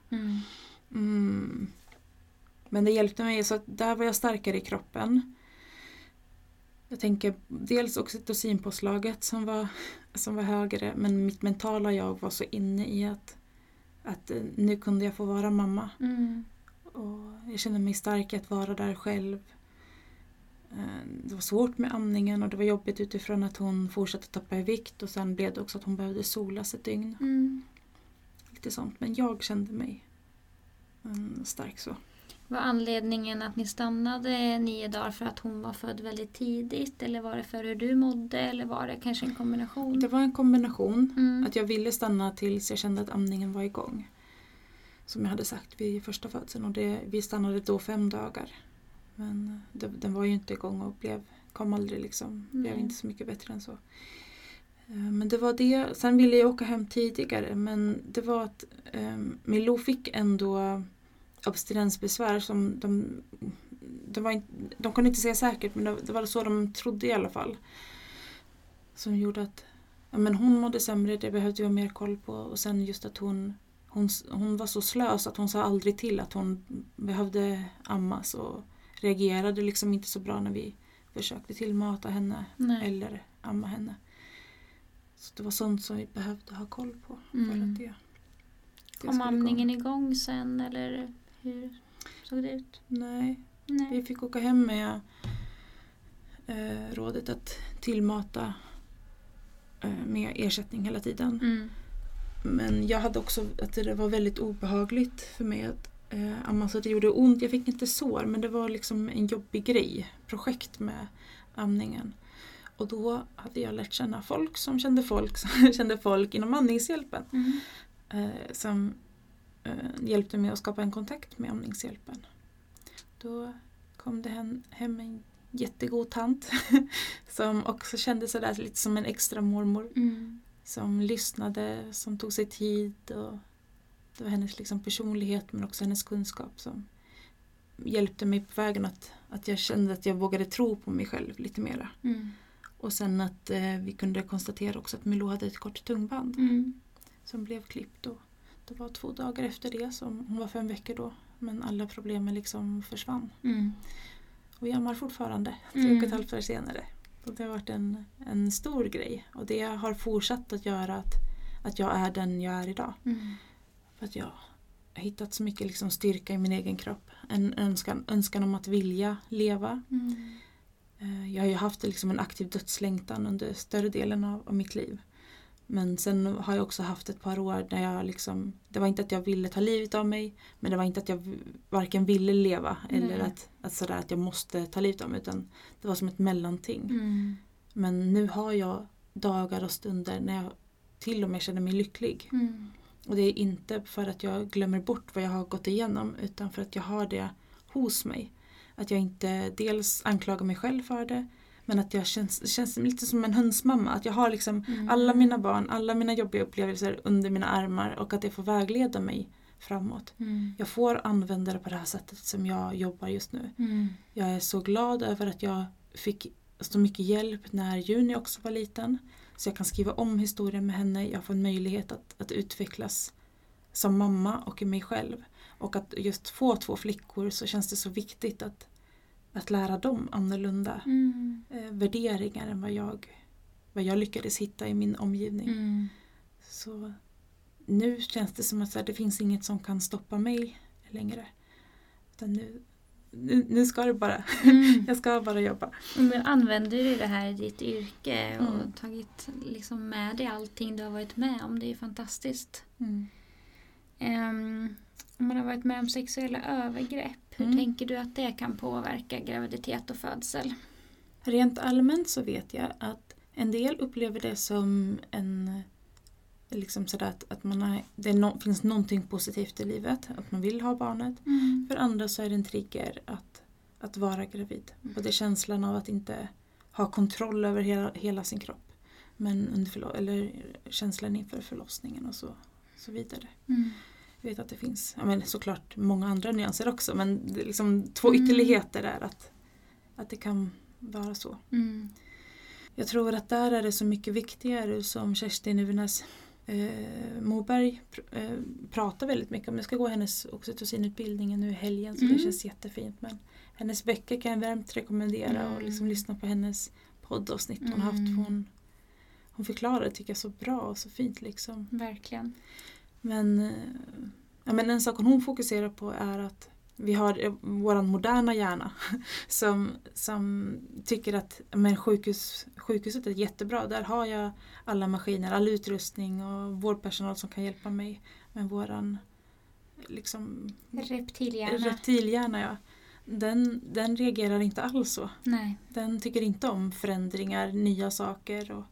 Men det hjälpte mig, så att där var jag starkare i kroppen. Jag tänker dels oxytocinpåslaget som var högre, men mitt mentala jag var så inne i att nu kunde jag få vara mamma. Och jag kände mig stark att vara där själv. Det var svårt med amningen och det var jobbigt utifrån att hon fortsatte tappa i vikt, och sen blev det också att hon behövde solas ett dygn. Lite sånt, men jag kände mig stark så. Var anledningen att ni stannade 9 dagar för att hon var född väldigt tidigt, eller var det för hur du mådde, eller var det kanske en kombination? Det var en kombination. Att jag ville stanna tills jag kände att amningen var igång. Som jag hade sagt vid första födseln, och vi stannade då 5 dagar. Men den var ju inte igång och kom aldrig liksom. Blev inte så mycket bättre än så. Men det var det. Sen ville jag åka hem tidigare, men det var att Milou fick ändå abstinensbesvär som de kunde inte säga säkert, men det var så de trodde i alla fall. Som gjorde att hon mådde sämre, det behövde vi ha mer koll på. Och sen just att hon var så slös att hon sa aldrig till att hon behövde ammas, och reagerade liksom inte så bra när vi försökte tillmata henne eller amma henne. Så det var sånt som vi behövde ha koll på. För att det kom amningen igång sen, eller hur såg det ut? Nej. Vi fick åka hem med rådet att tillmata med ersättning hela tiden. Men jag hade också att det var väldigt obehagligt för mig att amma, så att det gjorde ont. Jag fick inte sår, men det var liksom en jobbig projekt med amningen. Och då hade jag lärt känna folk som kände folk inom amningshjälpen. Som hjälpte mig att skapa en kontakt med amningshjälpen. Då kom det hem en jättegod tant som också kände sig där lite som en extra mormor. Som lyssnade, som tog sig tid, och det var hennes liksom personlighet, men också hennes kunskap som hjälpte mig på vägen att jag kände att jag vågade tro på mig själv lite mera. Och sen att vi kunde konstatera också att Milou hade ett kort tungband som blev klippt då. Det var 2 dagar efter det, som hon var 5 veckor då, men alla problemen liksom försvann. Och jag ammar fortfarande 3,5 år senare. Och det har varit en stor grej, och det har fortsatt att göra att jag är den jag är idag. För att jag har hittat så mycket liksom styrka i min egen kropp. En önskan om att vilja leva. Jag har ju haft liksom en aktiv dödslängtan under större delen av mitt liv. Men sen har jag också haft ett par år där jag liksom, det var inte att jag ville ta livet av mig, men det var inte att jag varken ville leva eller att jag måste ta livet av mig, utan det var som ett mellanting. Men nu har jag dagar och stunder när jag till och med känner mig lycklig. Och det är inte för att jag glömmer bort vad jag har gått igenom, utan för att jag har det hos mig. Att jag inte dels anklagar mig själv för det, men att jag känns lite som en hönsmamma. Att jag har liksom alla mina barn, alla mina jobbiga upplevelser under mina armar, och att det får vägleda mig framåt. Jag får använda det på det här sättet som jag jobbar just nu. Jag är så glad över att jag fick så mycket hjälp när Juni också var liten. Så jag kan skriva om historien med henne. Jag får en möjlighet att utvecklas som mamma och i mig själv. Och att just få 2 flickor, så känns det så viktigt att lära dem annorlunda värderingar än vad jag lyckades hitta i min omgivning. Så nu känns det som att det finns inget som kan stoppa mig längre. Utan nu ska det bara, jag ska bara jobba. Men använder du det här i ditt yrke och tagit liksom med dig allting du har varit med om? Det är ju fantastiskt. Om man har varit med om sexuella övergrepp, hur tänker du att det kan påverka graviditet och födsel? Rent allmänt så vet jag att en del upplever det som en liksom sådär att finns någonting positivt i livet, att man vill ha barnet. För andra så är det en trigger att vara gravid. Både känslan av att inte ha kontroll över hela sin kropp, men eller känslan inför förlossningen och så vidare. Jag vet att det finns såklart många andra nyanser också, men det är liksom 2 ytterligheter där att det kan vara så. Jag tror att där är det så mycket viktigare, som Kerstin Uvenäs Moberg pratar väldigt mycket om. Jag ska gå hennes oxytocinutbildningen nu i helgen, så det känns jättefint. Men hennes böcker kan jag varmt rekommendera och liksom lyssna på hennes poddavsnitt hon haft. Hon förklarar det, tycker jag, så bra och så fint liksom. Verkligen. Men en sak hon fokuserar på är att vi har våran moderna hjärna som tycker att sjukhuset är jättebra. Där har jag alla maskiner, all utrustning och vårdpersonal som kan hjälpa mig. Men våran liksom reptilhjärna, ja. Den reagerar inte alls så. Nej. Den tycker inte om förändringar, nya saker och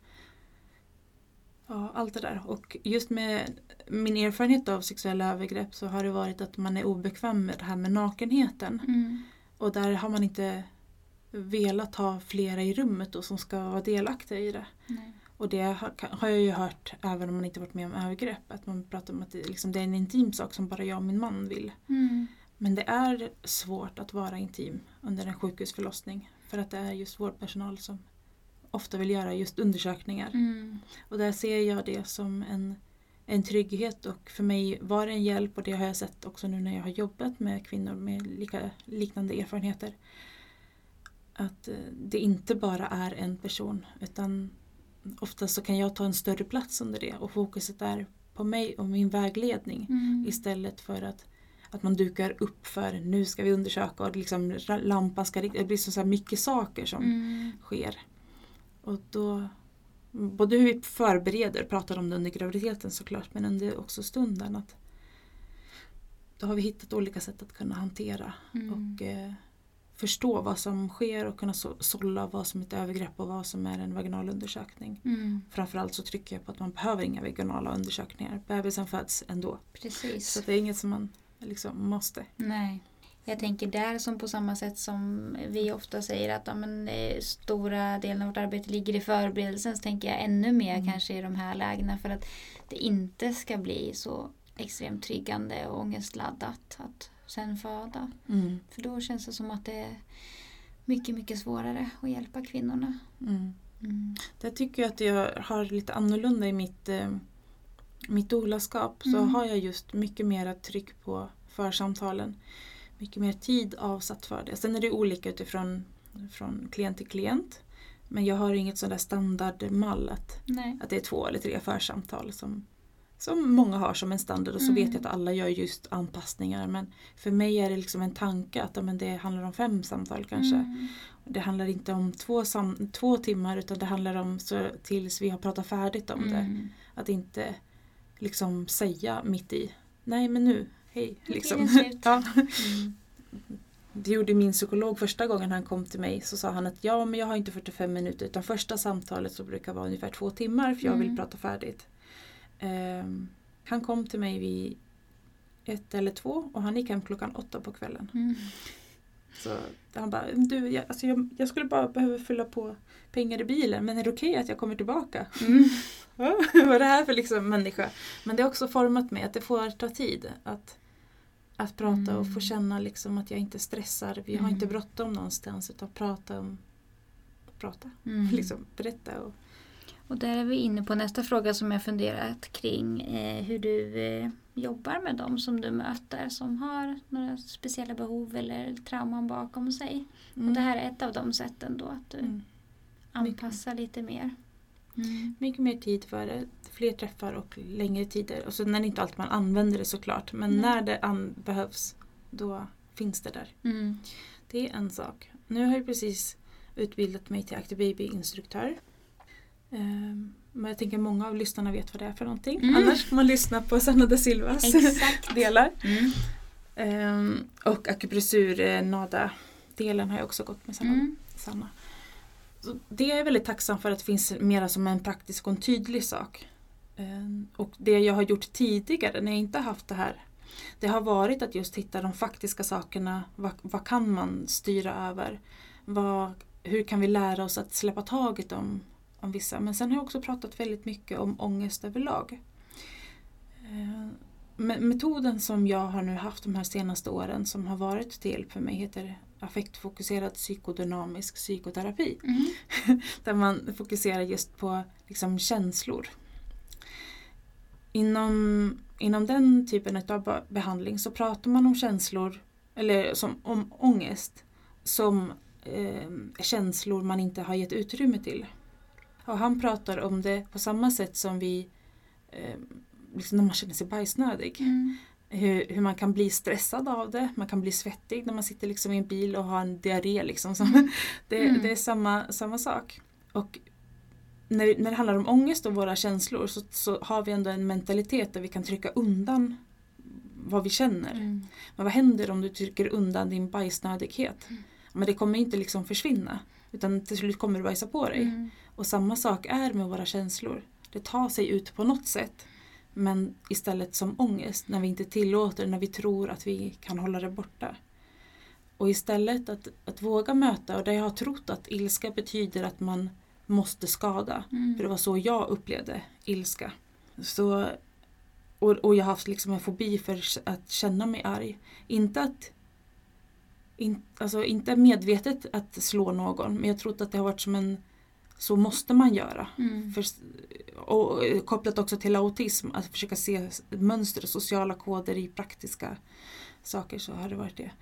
allt det där. Och just med min erfarenhet av sexuella övergrepp så har det varit att man är obekväm med det här med nakenheten. Och där har man inte velat ha flera i rummet då som ska vara delaktiga i det. Nej. Och det har jag ju hört även om man inte varit med om övergrepp. Att man pratar om att det är en intim sak som bara jag och min man vill. Men det är svårt att vara intim under en sjukhusförlossning. För att det är just vårdpersonal som ofta vill göra just undersökningar. Och där ser jag det som en trygghet, och för mig var det en hjälp, och det har jag sett också nu när jag har jobbat med kvinnor med liknande erfarenheter. Att det inte bara är en person, utan ofta så kan jag ta en större plats under det, och fokuset är på mig och min vägledning istället för att man dukar upp för nu ska vi undersöka och liksom lampan ska det blir så mycket saker som sker. Och då, både hur vi förbereder, pratar om det under graviditeten såklart, men under också stunden, att då har vi hittat olika sätt att kunna hantera och förstå vad som sker och kunna sålla vad som är ett övergrepp och vad som är en vaginal undersökning. Framförallt så trycker jag på att man behöver inga vaginala undersökningar. Bebisen föds ändå. Precis. Så det är inget som man liksom måste. Nej. Jag tänker där som på samma sätt som vi ofta säger att stora delen av vårt arbete ligger i förberedelsen, så tänker jag ännu mer kanske i de här lägena, för att det inte ska bli så extremt triggande och ångestladdat att sen föda. För då känns det som att det är mycket, mycket svårare att hjälpa kvinnorna. Det tycker jag att jag har lite annorlunda i mitt dolaskap. Så har jag just mycket mer tryck på församtalen. Mycket mer tid avsatt för det. Sen är det olika utifrån från klient till klient. Men jag har inget sådär standardmall att det är 2 eller 3 församtal som många har som en standard. Och så vet jag att alla gör just anpassningar. Men för mig är det liksom en tanke att det handlar om 5 samtal kanske. Det handlar inte om 2 timmar, utan det handlar om så tills vi har pratat färdigt om det. Att inte liksom säga mitt i, nej men nu, hej. Liksom. Det gjorde min psykolog första gången han kom till mig, så sa han att men jag har inte 45 minuter, utan första samtalet så brukar vara ungefär 2 timmar för jag vill prata färdigt. Han kom till mig vid 1 eller 2 och han gick hem klockan 8 på kvällen. Så han bara, jag skulle bara behöva fylla på pengar i bilen, men är det okej att jag kommer tillbaka? Vad är det här för liksom människa? Men det har också format mig att det får ta tid att prata och få känna liksom att jag inte stressar. Vi har inte bråttom någonstans, utan prata. Liksom berätta. Och där är vi inne på nästa fråga som jag funderat kring. Hur du jobbar med dem som du möter som har några speciella behov eller trauman bakom sig. Och det här är ett av de sätten då, att du anpassar lite mer. Mycket mer tid för det, fler träffar och längre tider. Och så när inte alltid man använder det såklart. Men när det behövs, då finns det där. Mm. Det är en sak. Nu har jag precis utbildat mig till Active Baby-instruktör. Men jag tänker många av lyssnarna vet vad det är för någonting. Annars får man lyssna på Sanna da Silvas delar. Och akupressur NADA-delen har jag också gått med Sanna. Så det är jag väldigt tacksam för att det finns mera som en praktisk och en tydlig sak. Och det jag har gjort tidigare när jag inte haft det här, det har varit att just hitta de faktiska sakerna. Vad kan man styra över? Hur kan vi lära oss att släppa taget om vissa? Men sen har jag också pratat väldigt mycket om ångest överlag. Metoden som jag har nu haft de här senaste åren som har varit till hjälp för mig heter affektfokuserad psykodynamisk psykoterapi. Där man fokuserar just på liksom känslor. Inom den typen av behandling så pratar man om känslor eller om ångest som känslor man inte har gett utrymme till. Och han pratar om det på samma sätt som vi liksom när man känner sig bajsnödig. Hur man kan bli stressad av det. Man kan bli svettig när man sitter liksom i en bil och har en diarré. Liksom. Det är samma sak. Och när det handlar om ångest och våra känslor så har vi ändå en mentalitet där vi kan trycka undan vad vi känner. Men vad händer om du trycker undan din bajsnödighet? Men det kommer inte liksom försvinna. Utan till slut kommer du bajsa på dig. Och samma sak är med våra känslor. Det tar sig ut på något sätt. Men istället som ångest. När vi inte tillåter, när vi tror att vi kan hålla det borta. Och istället att våga möta. Och där jag har trott att ilska betyder att man måste skada. För det var så jag upplevde ilska. Och jag har haft liksom en fobi för att känna mig arg. Inte medvetet att slå någon. Men jag trodde att det har varit som så måste man göra. Och kopplat också till autism. Att försöka se mönster och sociala koder i praktiska saker, så har det varit det.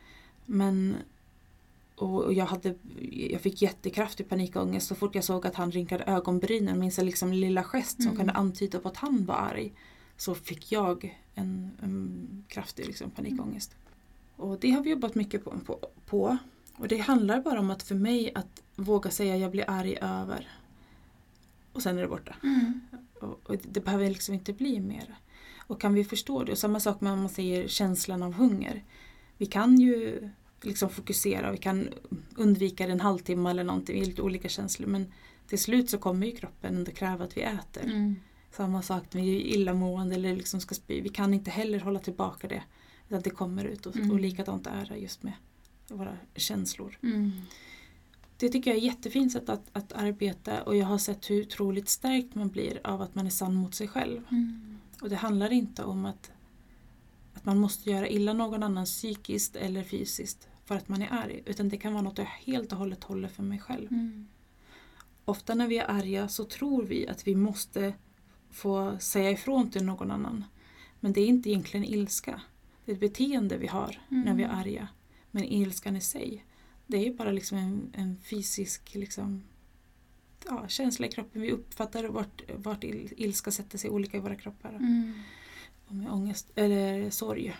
Och jag fick jättekraftig panikångest så fort jag såg att han rynkade ögonbrynen. Minns jag liksom lilla gest som kunde antyda på att han var arg. Så fick jag en kraftig liksom panikångest. Och det har vi jobbat mycket på. Och det handlar bara om att för mig att våga säga jag blir arg över. Och sen är det borta. Och det behöver liksom inte bli mer. Och kan vi förstå det? Och samma sak med om man säger känslan av hunger. Vi kan ju liksom fokusera. Vi kan undvika en halvtimme eller någonting. Vi har lite olika känslor. Men till slut så kommer ju kroppen ändå kräva att vi äter. Samma sak när vi är illamående eller liksom ska spy. Vi kan inte heller hålla tillbaka det. Utan det kommer ut. Och likadant är det just med våra känslor. Det tycker jag är jättefint sätt att arbeta. Och jag har sett hur otroligt stärkt man blir av att man är sann mot sig själv. Och det handlar inte om att man måste göra illa någon annan psykiskt eller fysiskt för att man är arg. Utan det kan vara något jag helt och hållet håller för mig själv. Ofta när vi är arga så tror vi att vi måste få säga ifrån till någon annan. Men det är inte egentligen ilska. Det är ett beteende vi har när vi är arga. Men ilskan i sig, det är ju bara liksom en fysisk liksom, känsla i kroppen. Vi uppfattar vart ilska sätter sig olika i våra kroppar. Och med ångest eller sorg.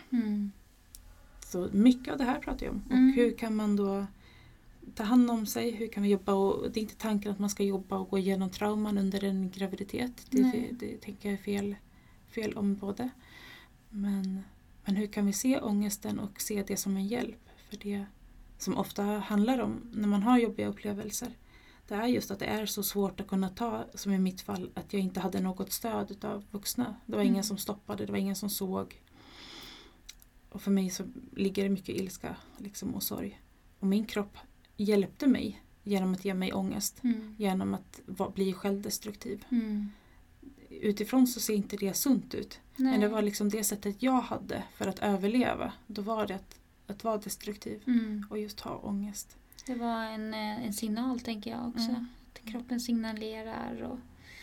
Så mycket av det här pratar jag om. Och hur kan man då ta hand om sig? Hur kan vi jobba? Och det är inte tanken att man ska jobba och gå igenom trauman under en graviditet. Det tänker jag är fel område. Men hur kan vi se ångesten och se det som en hjälp? För det som ofta handlar om när man har jobbiga upplevelser. Det är just att det är så svårt att kunna ta, som i mitt fall, att jag inte hade något stöd av vuxna. Det var ingen som stoppade, det var ingen som såg. Och för mig så ligger det mycket ilska liksom, och sorg. Och min kropp hjälpte mig genom att ge mig ångest. Genom att bli självdestruktiv. Utifrån så ser inte det sunt ut. Nej. Men det var liksom det sättet jag hade för att överleva. Då var det att vara destruktiv och just ha ångest. Det var en signal, tänker jag också. Att kroppen signalerar. Och,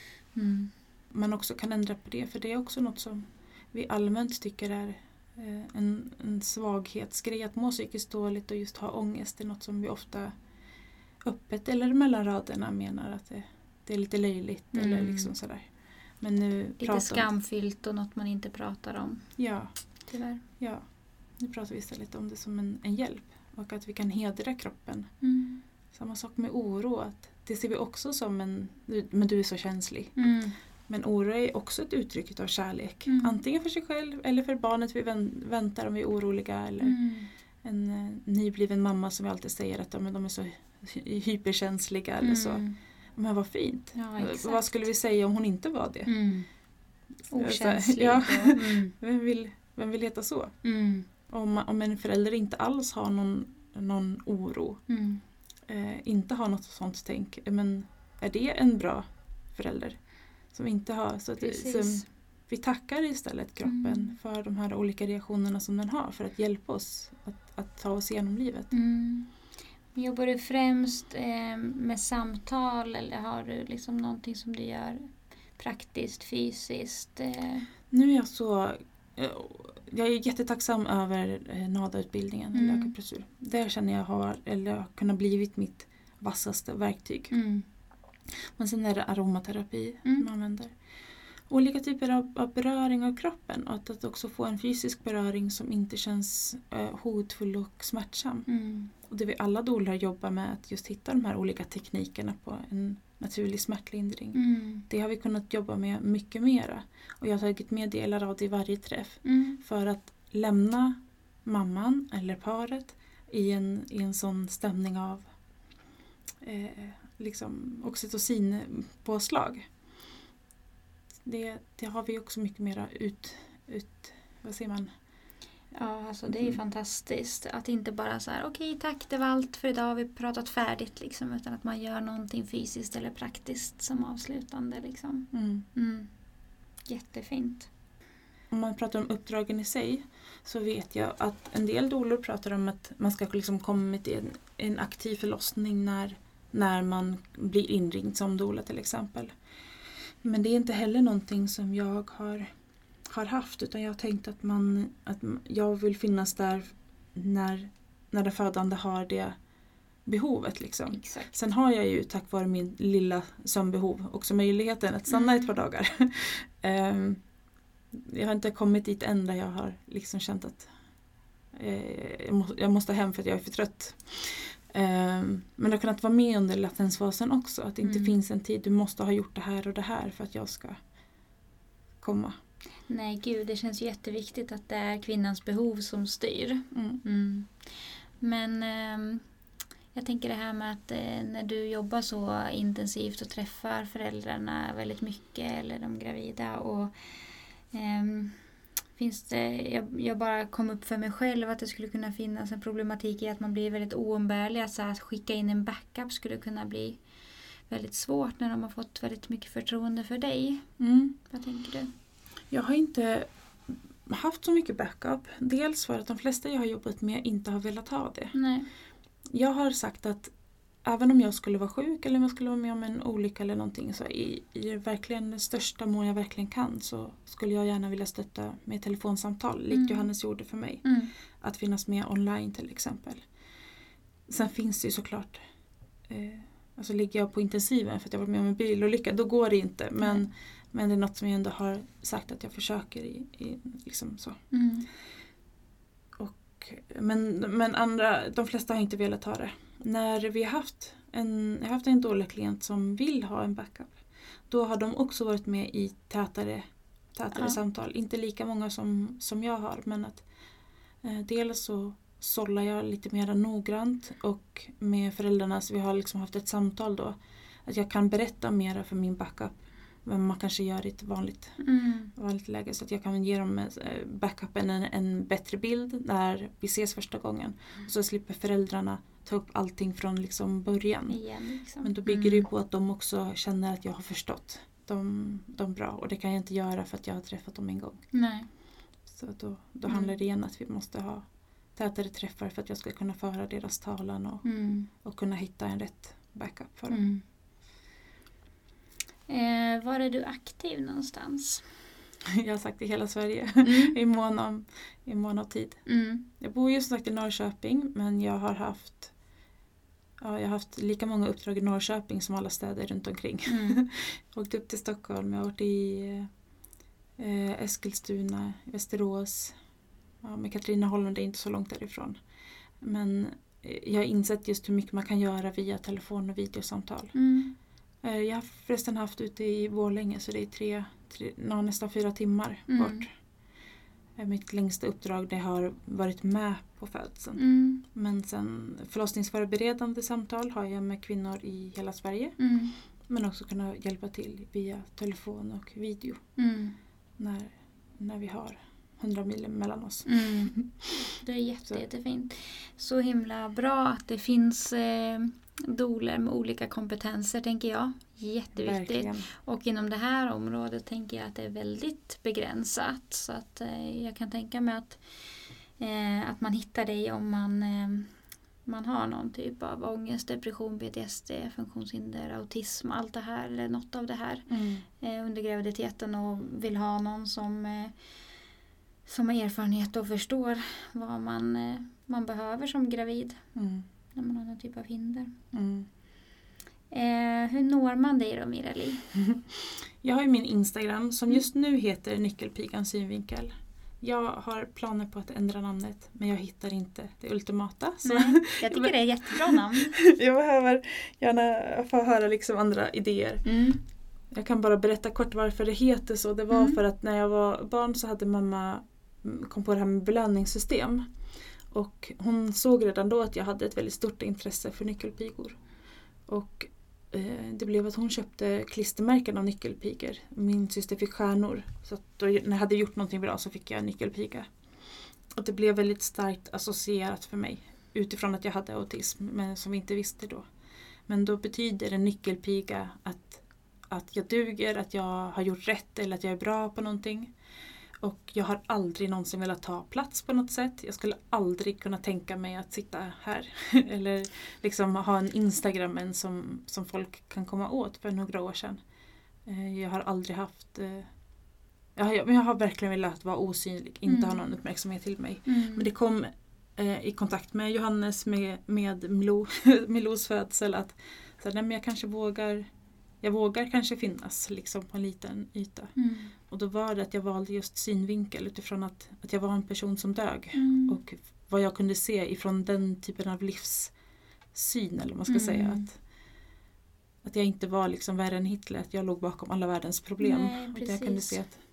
Man också kan ändra på det. För det är också något som vi allmänt tycker är en svaghetsgrej. Att må psykiskt dåligt och just ha ångest är något som vi ofta öppet eller mellan raderna menar att det är lite löjligt. Eller liksom sådär. Men nu lite skamfyllt och något man inte pratar om. Ja. Tyvärr. Ja. Nu pratar vi istället om det som en hjälp. Och att vi kan hedra kroppen. Samma sak med oro. Att det ser vi också som men du är så känslig. Men oro är också ett uttryck av kärlek. Antingen för sig själv eller för barnet vi väntar om vi är oroliga. Eller en nybliven mamma som vi alltid säger att de är så hyperkänsliga. Eller så. Men vad fint. Ja, vad skulle vi säga om hon inte var det? Okänslig. Ja. Vem vill heta så? Om en förälder inte alls har någon oro. Inte har något sånt tänk. Men är det en bra förälder? Som inte har. Så att vi tackar istället kroppen för de här olika reaktionerna som den har. För att hjälpa oss att ta oss igenom livet. Jobbar du främst med samtal eller har du liksom någonting som du gör praktiskt, fysiskt? Nu är jag är jättetacksam över NADA-utbildningen i läkarprocessur. Där känner jag har kunnat blivit mitt vassaste verktyg. Men sen är det aromaterapi man använder. Olika typer av beröring av kroppen och att också få en fysisk beröring som inte känns hotfull och smärtsam. Och det vi alla dolar jobbar med att just hitta de här olika teknikerna på en naturlig smärtlindring. Det har vi kunnat jobba med mycket mera. Och jag har tagit med delar av det i varje träff. För att lämna mamman eller paret i en sån stämning av liksom oxytocinpåslag. Det har vi också mycket mera vad säger man? Ja, alltså det är ju fantastiskt. Att inte bara så här, okej, tack, det var allt för idag, vi har pratat färdigt liksom. Utan att man gör någonting fysiskt eller praktiskt som avslutande liksom. Jättefint. Om man pratar om uppdragen i sig så vet jag att en del doulor pratar om att man ska liksom komma till en aktiv förlossning när man blir inringd som doula till exempel. Men det är inte heller någonting som jag har haft utan jag har tänkt att jag vill finnas där när den födande har det behovet liksom. Exakt. Sen har jag ju tack vare min lilla sömnbehov också möjligheten att stanna ett par dagar. Jag har inte kommit dit än där jag har liksom känt att jag måste hem för att jag är för trött. Men jag har kunnat vara med under latensfasen också. Att det inte finns en tid, du måste ha gjort det här och det här för att jag ska komma. Nej gud, det känns jätteviktigt att det är kvinnans behov som styr. Men jag tänker det här med att när du jobbar så intensivt och träffar föräldrarna väldigt mycket eller de gravida och finns det, jag bara kom upp för mig själv att det skulle kunna finnas en problematik i att man blir väldigt oumbärlig. Alltså att skicka in en backup skulle kunna bli väldigt svårt när de har fått väldigt mycket förtroende för dig. Vad tänker du? Jag har inte haft så mycket backup. Dels för att de flesta jag har jobbat med inte har velat ha det. Nej. Jag har sagt att även om jag skulle vara sjuk eller om jag skulle vara med om en olycka eller någonting så i verkligen den största mån jag verkligen kan så skulle jag gärna vilja stötta med telefonsamtal likt Johannes gjorde för mig. Att finnas med online till exempel. Sen finns det ju såklart alltså ligger jag på intensiven för att jag varit med om en bilolycka då går det inte men det är något som jag ändå har sagt att jag försöker i liksom så. Men de flesta har inte velat ha det. När vi har haft jag har haft en dålig klient som vill ha en backup. Då har de också varit med i tätare samtal. Inte lika många som jag har. Men att dels så sållar jag lite mer noggrant. Och med föräldrarna så vi har liksom haft ett samtal då. Att jag kan berätta mera för min backup. Men man kanske gör i ett vanligt läge. Så att jag kan ge dem backupen en bättre bild när vi ses första gången. Och så slipper föräldrarna ta upp allting från liksom början. Igen, liksom. Men då bygger det ju på att de också känner att jag har förstått dem bra. Och det kan jag inte göra för att jag har träffat dem en gång. Nej. Så då handlar det igen att vi måste ha tätare träffar för att jag ska kunna föra deras talan och kunna hitta en rätt backup för dem. Var är du aktiv någonstans? Jag har sagt i hela Sverige i mån av tid. Jag bor just sagt i Norrköping men jag har haft lika många uppdrag i Norrköping som alla städer runt omkring. Jag åkte upp till Stockholm, jag har varit i Eskilstuna, Västerås, med Katrineholm, det är inte så långt därifrån. Men jag har insett just hur mycket man kan göra via telefon och videosamtal. Jag har förresten haft ute i Borlänge, så det är nästan 4 timmar bort. Mitt längsta uppdrag, det har varit med på födseln. Men sen förlossningsförberedande samtal har jag med kvinnor i hela Sverige. Men också kunna hjälpa till via telefon och video. När vi har 100 mil mellan oss. Det är jättefint. Så himla bra att det finns doler med olika kompetenser, tänker jag. Jätteviktigt. Verkligen. Och inom det här området tänker jag att det är väldigt begränsat. Så att jag kan tänka mig att man hittar dig om man har någon typ av ångest, depression, PTSD, funktionshinder, autism, allt det här eller något av det här under graviditeten och vill ha någon som har erfarenhet och förstår vad man behöver som gravid när man har någon typ av hinder. Hur når man dig då, Mirali? Jag har ju min Instagram som just nu heter Nyckelpigan synvinkel. Jag har planer på att ändra namnet, men jag hittar inte det ultimata. Så nej, jag tycker det är ett jättebra namn. Jag behöver gärna få höra liksom andra idéer. Jag kan bara berätta kort varför det heter så. Det var för att när jag var barn så hade mamma kom på det här med belöningssystem. Och hon såg redan då att jag hade ett väldigt stort intresse för nyckelpigor. Och det blev att hon köpte klistermärken av nyckelpigor. Min syster fick stjärnor. Så att då, när jag hade gjort någonting bra så fick jag en nyckelpiga. Och det blev väldigt starkt associerat för mig. Utifrån att jag hade autism, men som vi inte visste då. Men då betyder en nyckelpiga att jag duger, att jag har gjort rätt eller att jag är bra på någonting. Och jag har aldrig någonsin velat ta plats på något sätt. Jag skulle aldrig kunna tänka mig att sitta här. Eller liksom ha en Instagram som folk kan komma åt för några år sedan. Jag har aldrig haft... Jag har verkligen velat vara osynlig. Inte ha någon uppmärksamhet till mig. Men det kom i kontakt med Johannes med Milos födsel. Att så här, nej, men jag vågar kanske finnas liksom på en liten yta. Och då var det att jag valde just synvinkel utifrån att jag var en person som dög. Och vad jag kunde se ifrån den typen av livssyn, eller vad man ska säga. Att jag inte var liksom värre än Hitler, att jag låg bakom alla världens problem. Nej, och jag kunde se att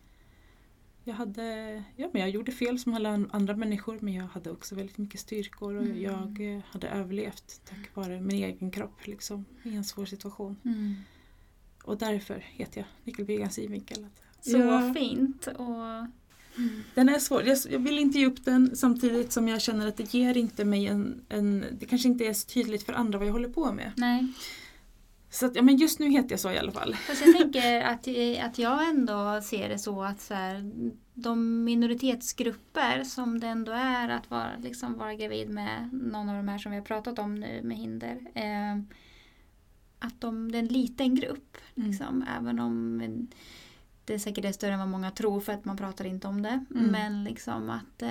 jag gjorde fel som alla andra människor, men jag hade också väldigt mycket styrkor och jag hade överlevt tack vare min egen kropp liksom, i en svår situation. Och därför heter jag Nyckelpigan synvinkel. Så fint. Och... Den är svår. Jag vill inte ge upp den samtidigt som jag känner att det ger inte mig det kanske inte är så tydligt för andra vad jag håller på med. Nej. Så att, men just nu heter jag så i alla fall. Fast jag tänker att jag ändå ser det så att så här, de minoritetsgrupper som det ändå är att vara gravid med någon av de här som vi har pratat om nu med hinder. Att det är en liten grupp. Liksom, även om det är säkert större än vad många tror för att man pratar inte om det. Men liksom att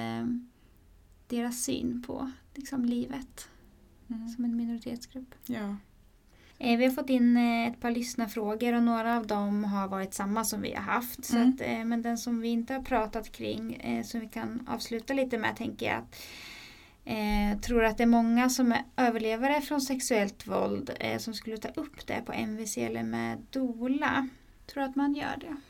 deras syn på liksom, livet som en minoritetsgrupp. Ja. Vi har fått in ett par lyssnarfrågor och några av dem har varit samma som vi har haft. Så att, men den som vi inte har pratat kring som vi kan avsluta lite med tänker jag att tror att det är många som är överlevare från sexuellt våld som skulle ta upp det på MVC eller med doula. Tror att man gör det?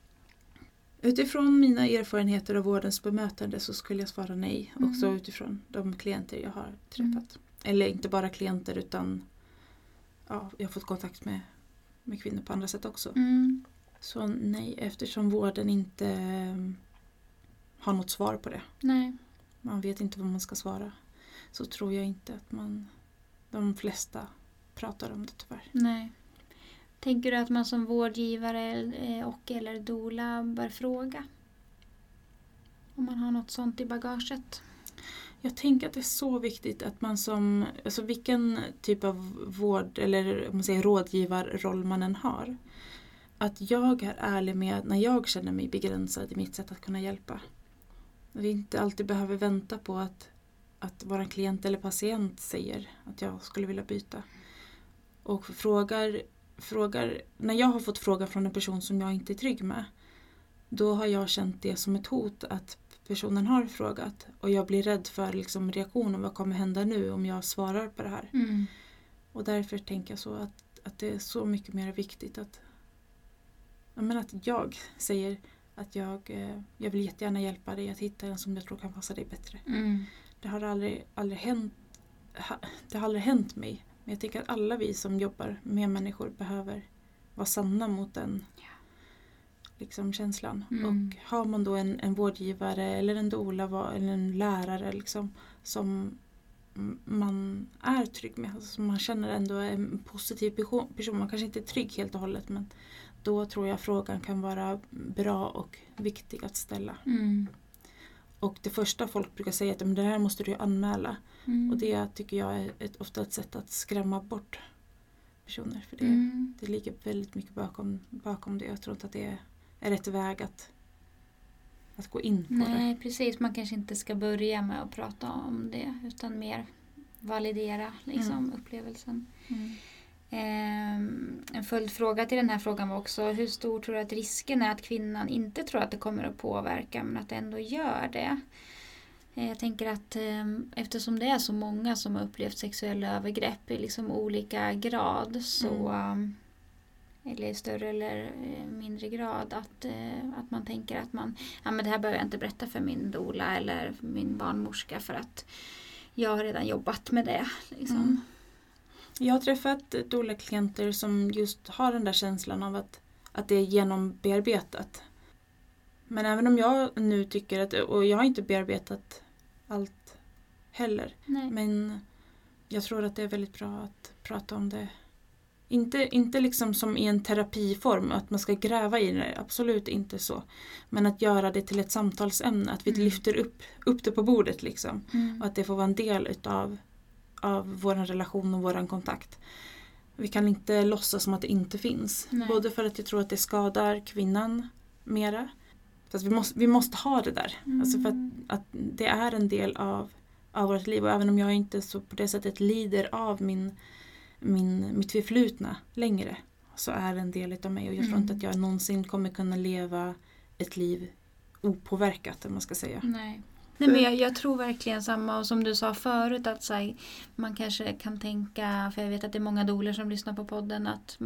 Utifrån mina erfarenheter av vårdens bemötande så skulle jag svara nej. Också utifrån de klienter jag har träffat. Eller inte bara klienter utan jag har fått kontakt med kvinnor på andra sätt också. Så nej, eftersom vården inte har något svar på det. Nej. Man vet inte vad man ska svara. Så tror jag inte att de flesta pratar om det tyvärr. Nej. Tänker du att man som vårdgivare eller doula bör fråga? Om man har något sånt i bagaget? Jag tänker att det är så viktigt att man vilken typ av vård eller om man säger rådgivarroll man än har. Att jag är ärlig med när jag känner mig begränsad i mitt sätt att kunna hjälpa. Vi inte alltid behöver vänta på att vår klient eller patient säger att jag skulle vilja byta. Och frågar, när jag har fått fråga från en person som jag inte är trygg med, då har jag känt det som ett hot att personen har frågat. Och jag blir rädd för liksom reaktionen. Vad kommer hända nu om jag svarar på det här? Och därför tänker jag så att det är så mycket mer viktigt att jag säger att jag vill jättegärna hjälpa dig att hitta en som jag tror kan passa dig bättre. Det har aldrig hänt mig. Men jag tänker att alla vi som jobbar med människor behöver vara sanna mot den liksom, känslan. Och har man då en vårdgivare eller en doula eller en lärare liksom, som man är trygg med. Alltså, som man känner ändå är en positiv person. Man kanske inte är trygg helt och hållet, men då tror jag frågan kan vara bra och viktig att ställa. Och det första folk brukar säga är att det här måste du anmäla. Och det tycker jag är ofta ett sätt att skrämma bort personer. För det ligger väldigt mycket bakom det. Jag tror inte att det är rätt väg att gå in på det. Nej, precis. Man kanske inte ska börja med att prata om det. Utan mer validera liksom, upplevelsen. En följdfråga till den här frågan var också: hur stor tror du att risken är att kvinnan inte tror att det kommer att påverka men att det ändå gör det? Jag tänker att eftersom det är så många som har upplevt sexuella övergrepp i liksom olika grad så eller i större eller mindre grad att man tänker att men det här behöver jag inte berätta för min doula eller för min barnmorska för att jag har redan jobbat med det liksom. Jag har träffat doula-klienter som just har den där känslan av att det är genombearbetat. Men även om jag nu tycker och jag har inte bearbetat allt heller. Nej. Men jag tror att det är väldigt bra att prata om det. Inte liksom som i en terapiform, att man ska gräva i det. Absolut inte så. Men att göra det till ett samtalsämne. Att vi lyfter upp det på bordet liksom. Och att det får vara en del av vår relation och vår kontakt. Vi kan inte låtsas som att det inte finns. Nej. Både för att jag tror att det skadar kvinnan mera. Fast vi måste ha det där. Alltså för att det är en del av vårt liv. Och även om jag inte så på det sättet lider av mitt förflutna längre. Så är det en del av mig. Och jag tror inte att jag någonsin kommer kunna leva ett liv opåverkat, om man ska säga. Nej, men jag tror verkligen samma, och som du sa förut att man kanske kan tänka, för jag vet att det är många doulor som lyssnar på podden, att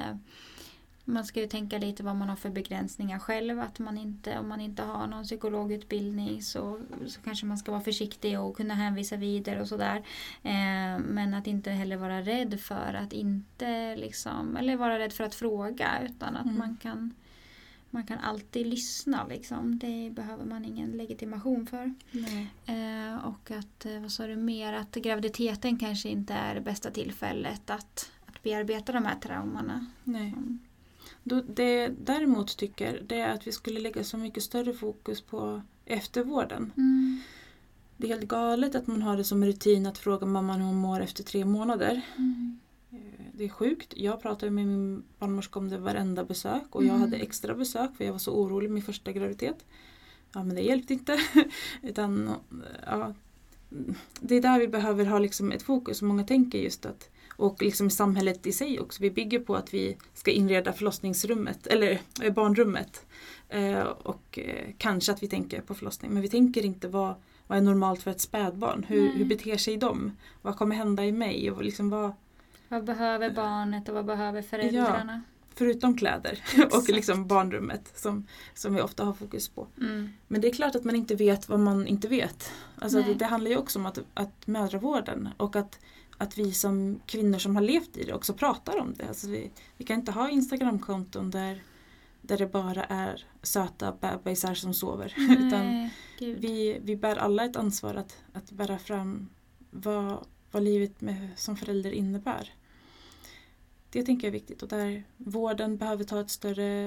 man ska ju tänka lite vad man har för begränsningar själv, att om man inte har någon psykologutbildning så kanske man ska vara försiktig och kunna hänvisa vidare och sådär. Men att inte heller vara rädd för att inte liksom, eller vara rädd för att fråga, utan att man kan alltid lyssna liksom. Det behöver man ingen legitimation för. Nej. Och att, vad sa du mer, att graviditeten kanske inte är det bästa tillfället att bearbeta de här traumorna. Nej. Det däremot tycker det är att vi skulle lägga så mycket större fokus på eftervården. Det är helt galet att man har det som rutin att fråga mamman hur hon mår efter 3 månader. Det är sjukt. Jag pratade med min barnmorska om det varenda besök. Och jag hade extra besök för jag var så orolig med första graviditet. Ja, men det hjälpte inte. Utan, ja, det är där vi behöver ha liksom ett fokus. Många tänker just att, och liksom i samhället i sig också. Vi bygger på att vi ska inreda förlossningsrummet eller barnrummet. Och kanske att vi tänker på förlossning. Men vi tänker inte vad är normalt för ett spädbarn. Hur beter sig de? Vad kommer hända i mig? Och liksom vad behöver barnet och vad behöver föräldrarna? Ja, förutom kläder och liksom barnrummet som vi ofta har fokus på. Men det är klart att man inte vet vad man inte vet. Alltså det handlar ju också om att mödravården och att vi som kvinnor som har levt i det också pratar om det. Alltså vi kan inte ha Instagramkonton där det bara är söta bebisar som sover. Nej, utan Gud. vi bär alla ett ansvar att bära fram vad livet som förälder innebär. Det tänker jag är viktigt, och där vården behöver ta ett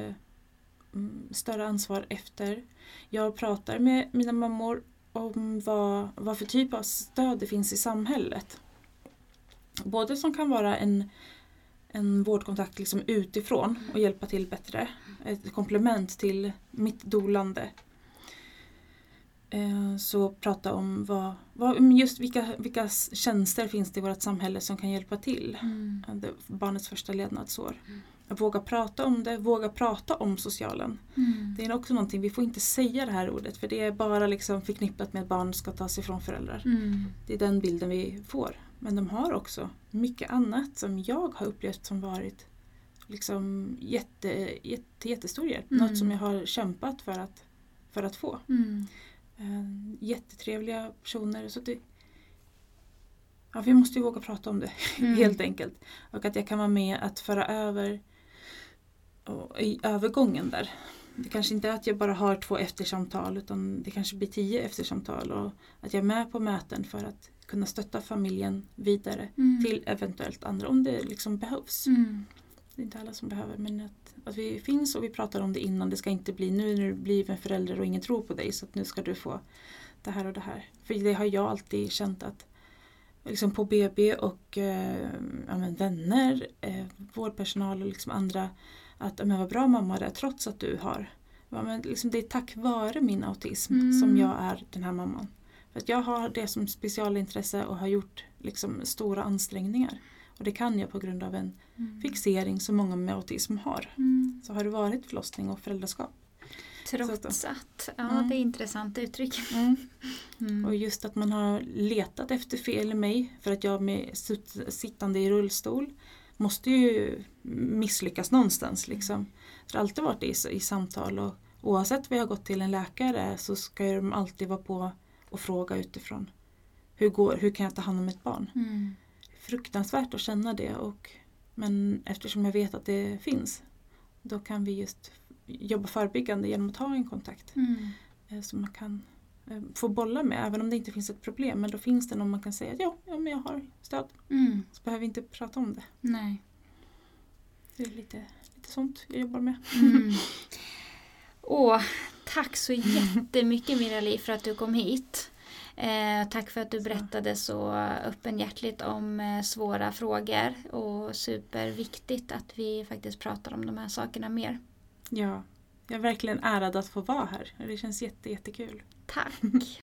större ansvar efter. Jag pratar med mina mammor om vad för typ av stöd det finns i samhället. Både som kan vara en vårdkontakt liksom utifrån och hjälpa till bättre. Ett komplement till mitt dolande. Så prata om just vilka tjänster finns det i vårt samhälle som kan hjälpa till. Barnets första levnadsår. Att våga prata om det, våga prata om socialen. Det är också någonting, vi får inte säga det här ordet för det är bara liksom förknippat med att barn ska ta sig från föräldrar. Det är den bilden vi får. Men de har också mycket annat som jag har upplevt som varit liksom jättestor hjälp. Något som jag har kämpat för att få. Jättetrevliga personer. Så vi måste ju våga prata om det helt enkelt. Och att jag kan vara med att föra över i övergången där. Det kanske inte är att jag bara har 2 eftersamtal utan det kanske blir 10 eftersamtal. Och att jag är med på möten för att kunna stötta familjen vidare till eventuellt andra om det liksom behövs. Det är inte alla som behöver men att vi finns och vi pratar om det innan. Det ska inte bli nu när du blir en förälder och ingen tror på dig så att nu ska du få det här och det här. För det har jag alltid känt att liksom på BB och vänner, vårdpersonal och liksom andra att vad bra mamma det är trots att du har. Liksom det är tack vare min autism som jag är den här mamman. För att jag har det som specialintresse och har gjort liksom stora ansträngningar. Och det kan jag på grund av en fixering som många med autism har. Så har det varit förlossning och föräldraskap. Trots att, det är intressant uttryck. Och just att man har letat efter fel i mig för att jag med sittande i rullstol måste ju misslyckas någonstans liksom. Det har alltid varit i samtal och oavsett vad jag har gått till en läkare så ska de alltid vara på och fråga utifrån. Hur kan jag ta hand om ett barn? Fruktansvärt att känna det men eftersom jag vet att det finns då kan vi just jobba förebyggande genom att ha en kontakt som man kan få bolla med även om det inte finns ett problem men då finns det någon man kan säga att men jag har stöd så behöver vi inte prata om det. Nej. Det är lite sånt jag jobbar med. Tack så jättemycket Mira-Li för att du kom hit. Tack för att du berättade så öppenhjärtligt om svåra frågor och superviktigt att vi faktiskt pratar om de här sakerna mer. Ja, jag är verkligen ärad att få vara här. Det känns jättekul. Tack!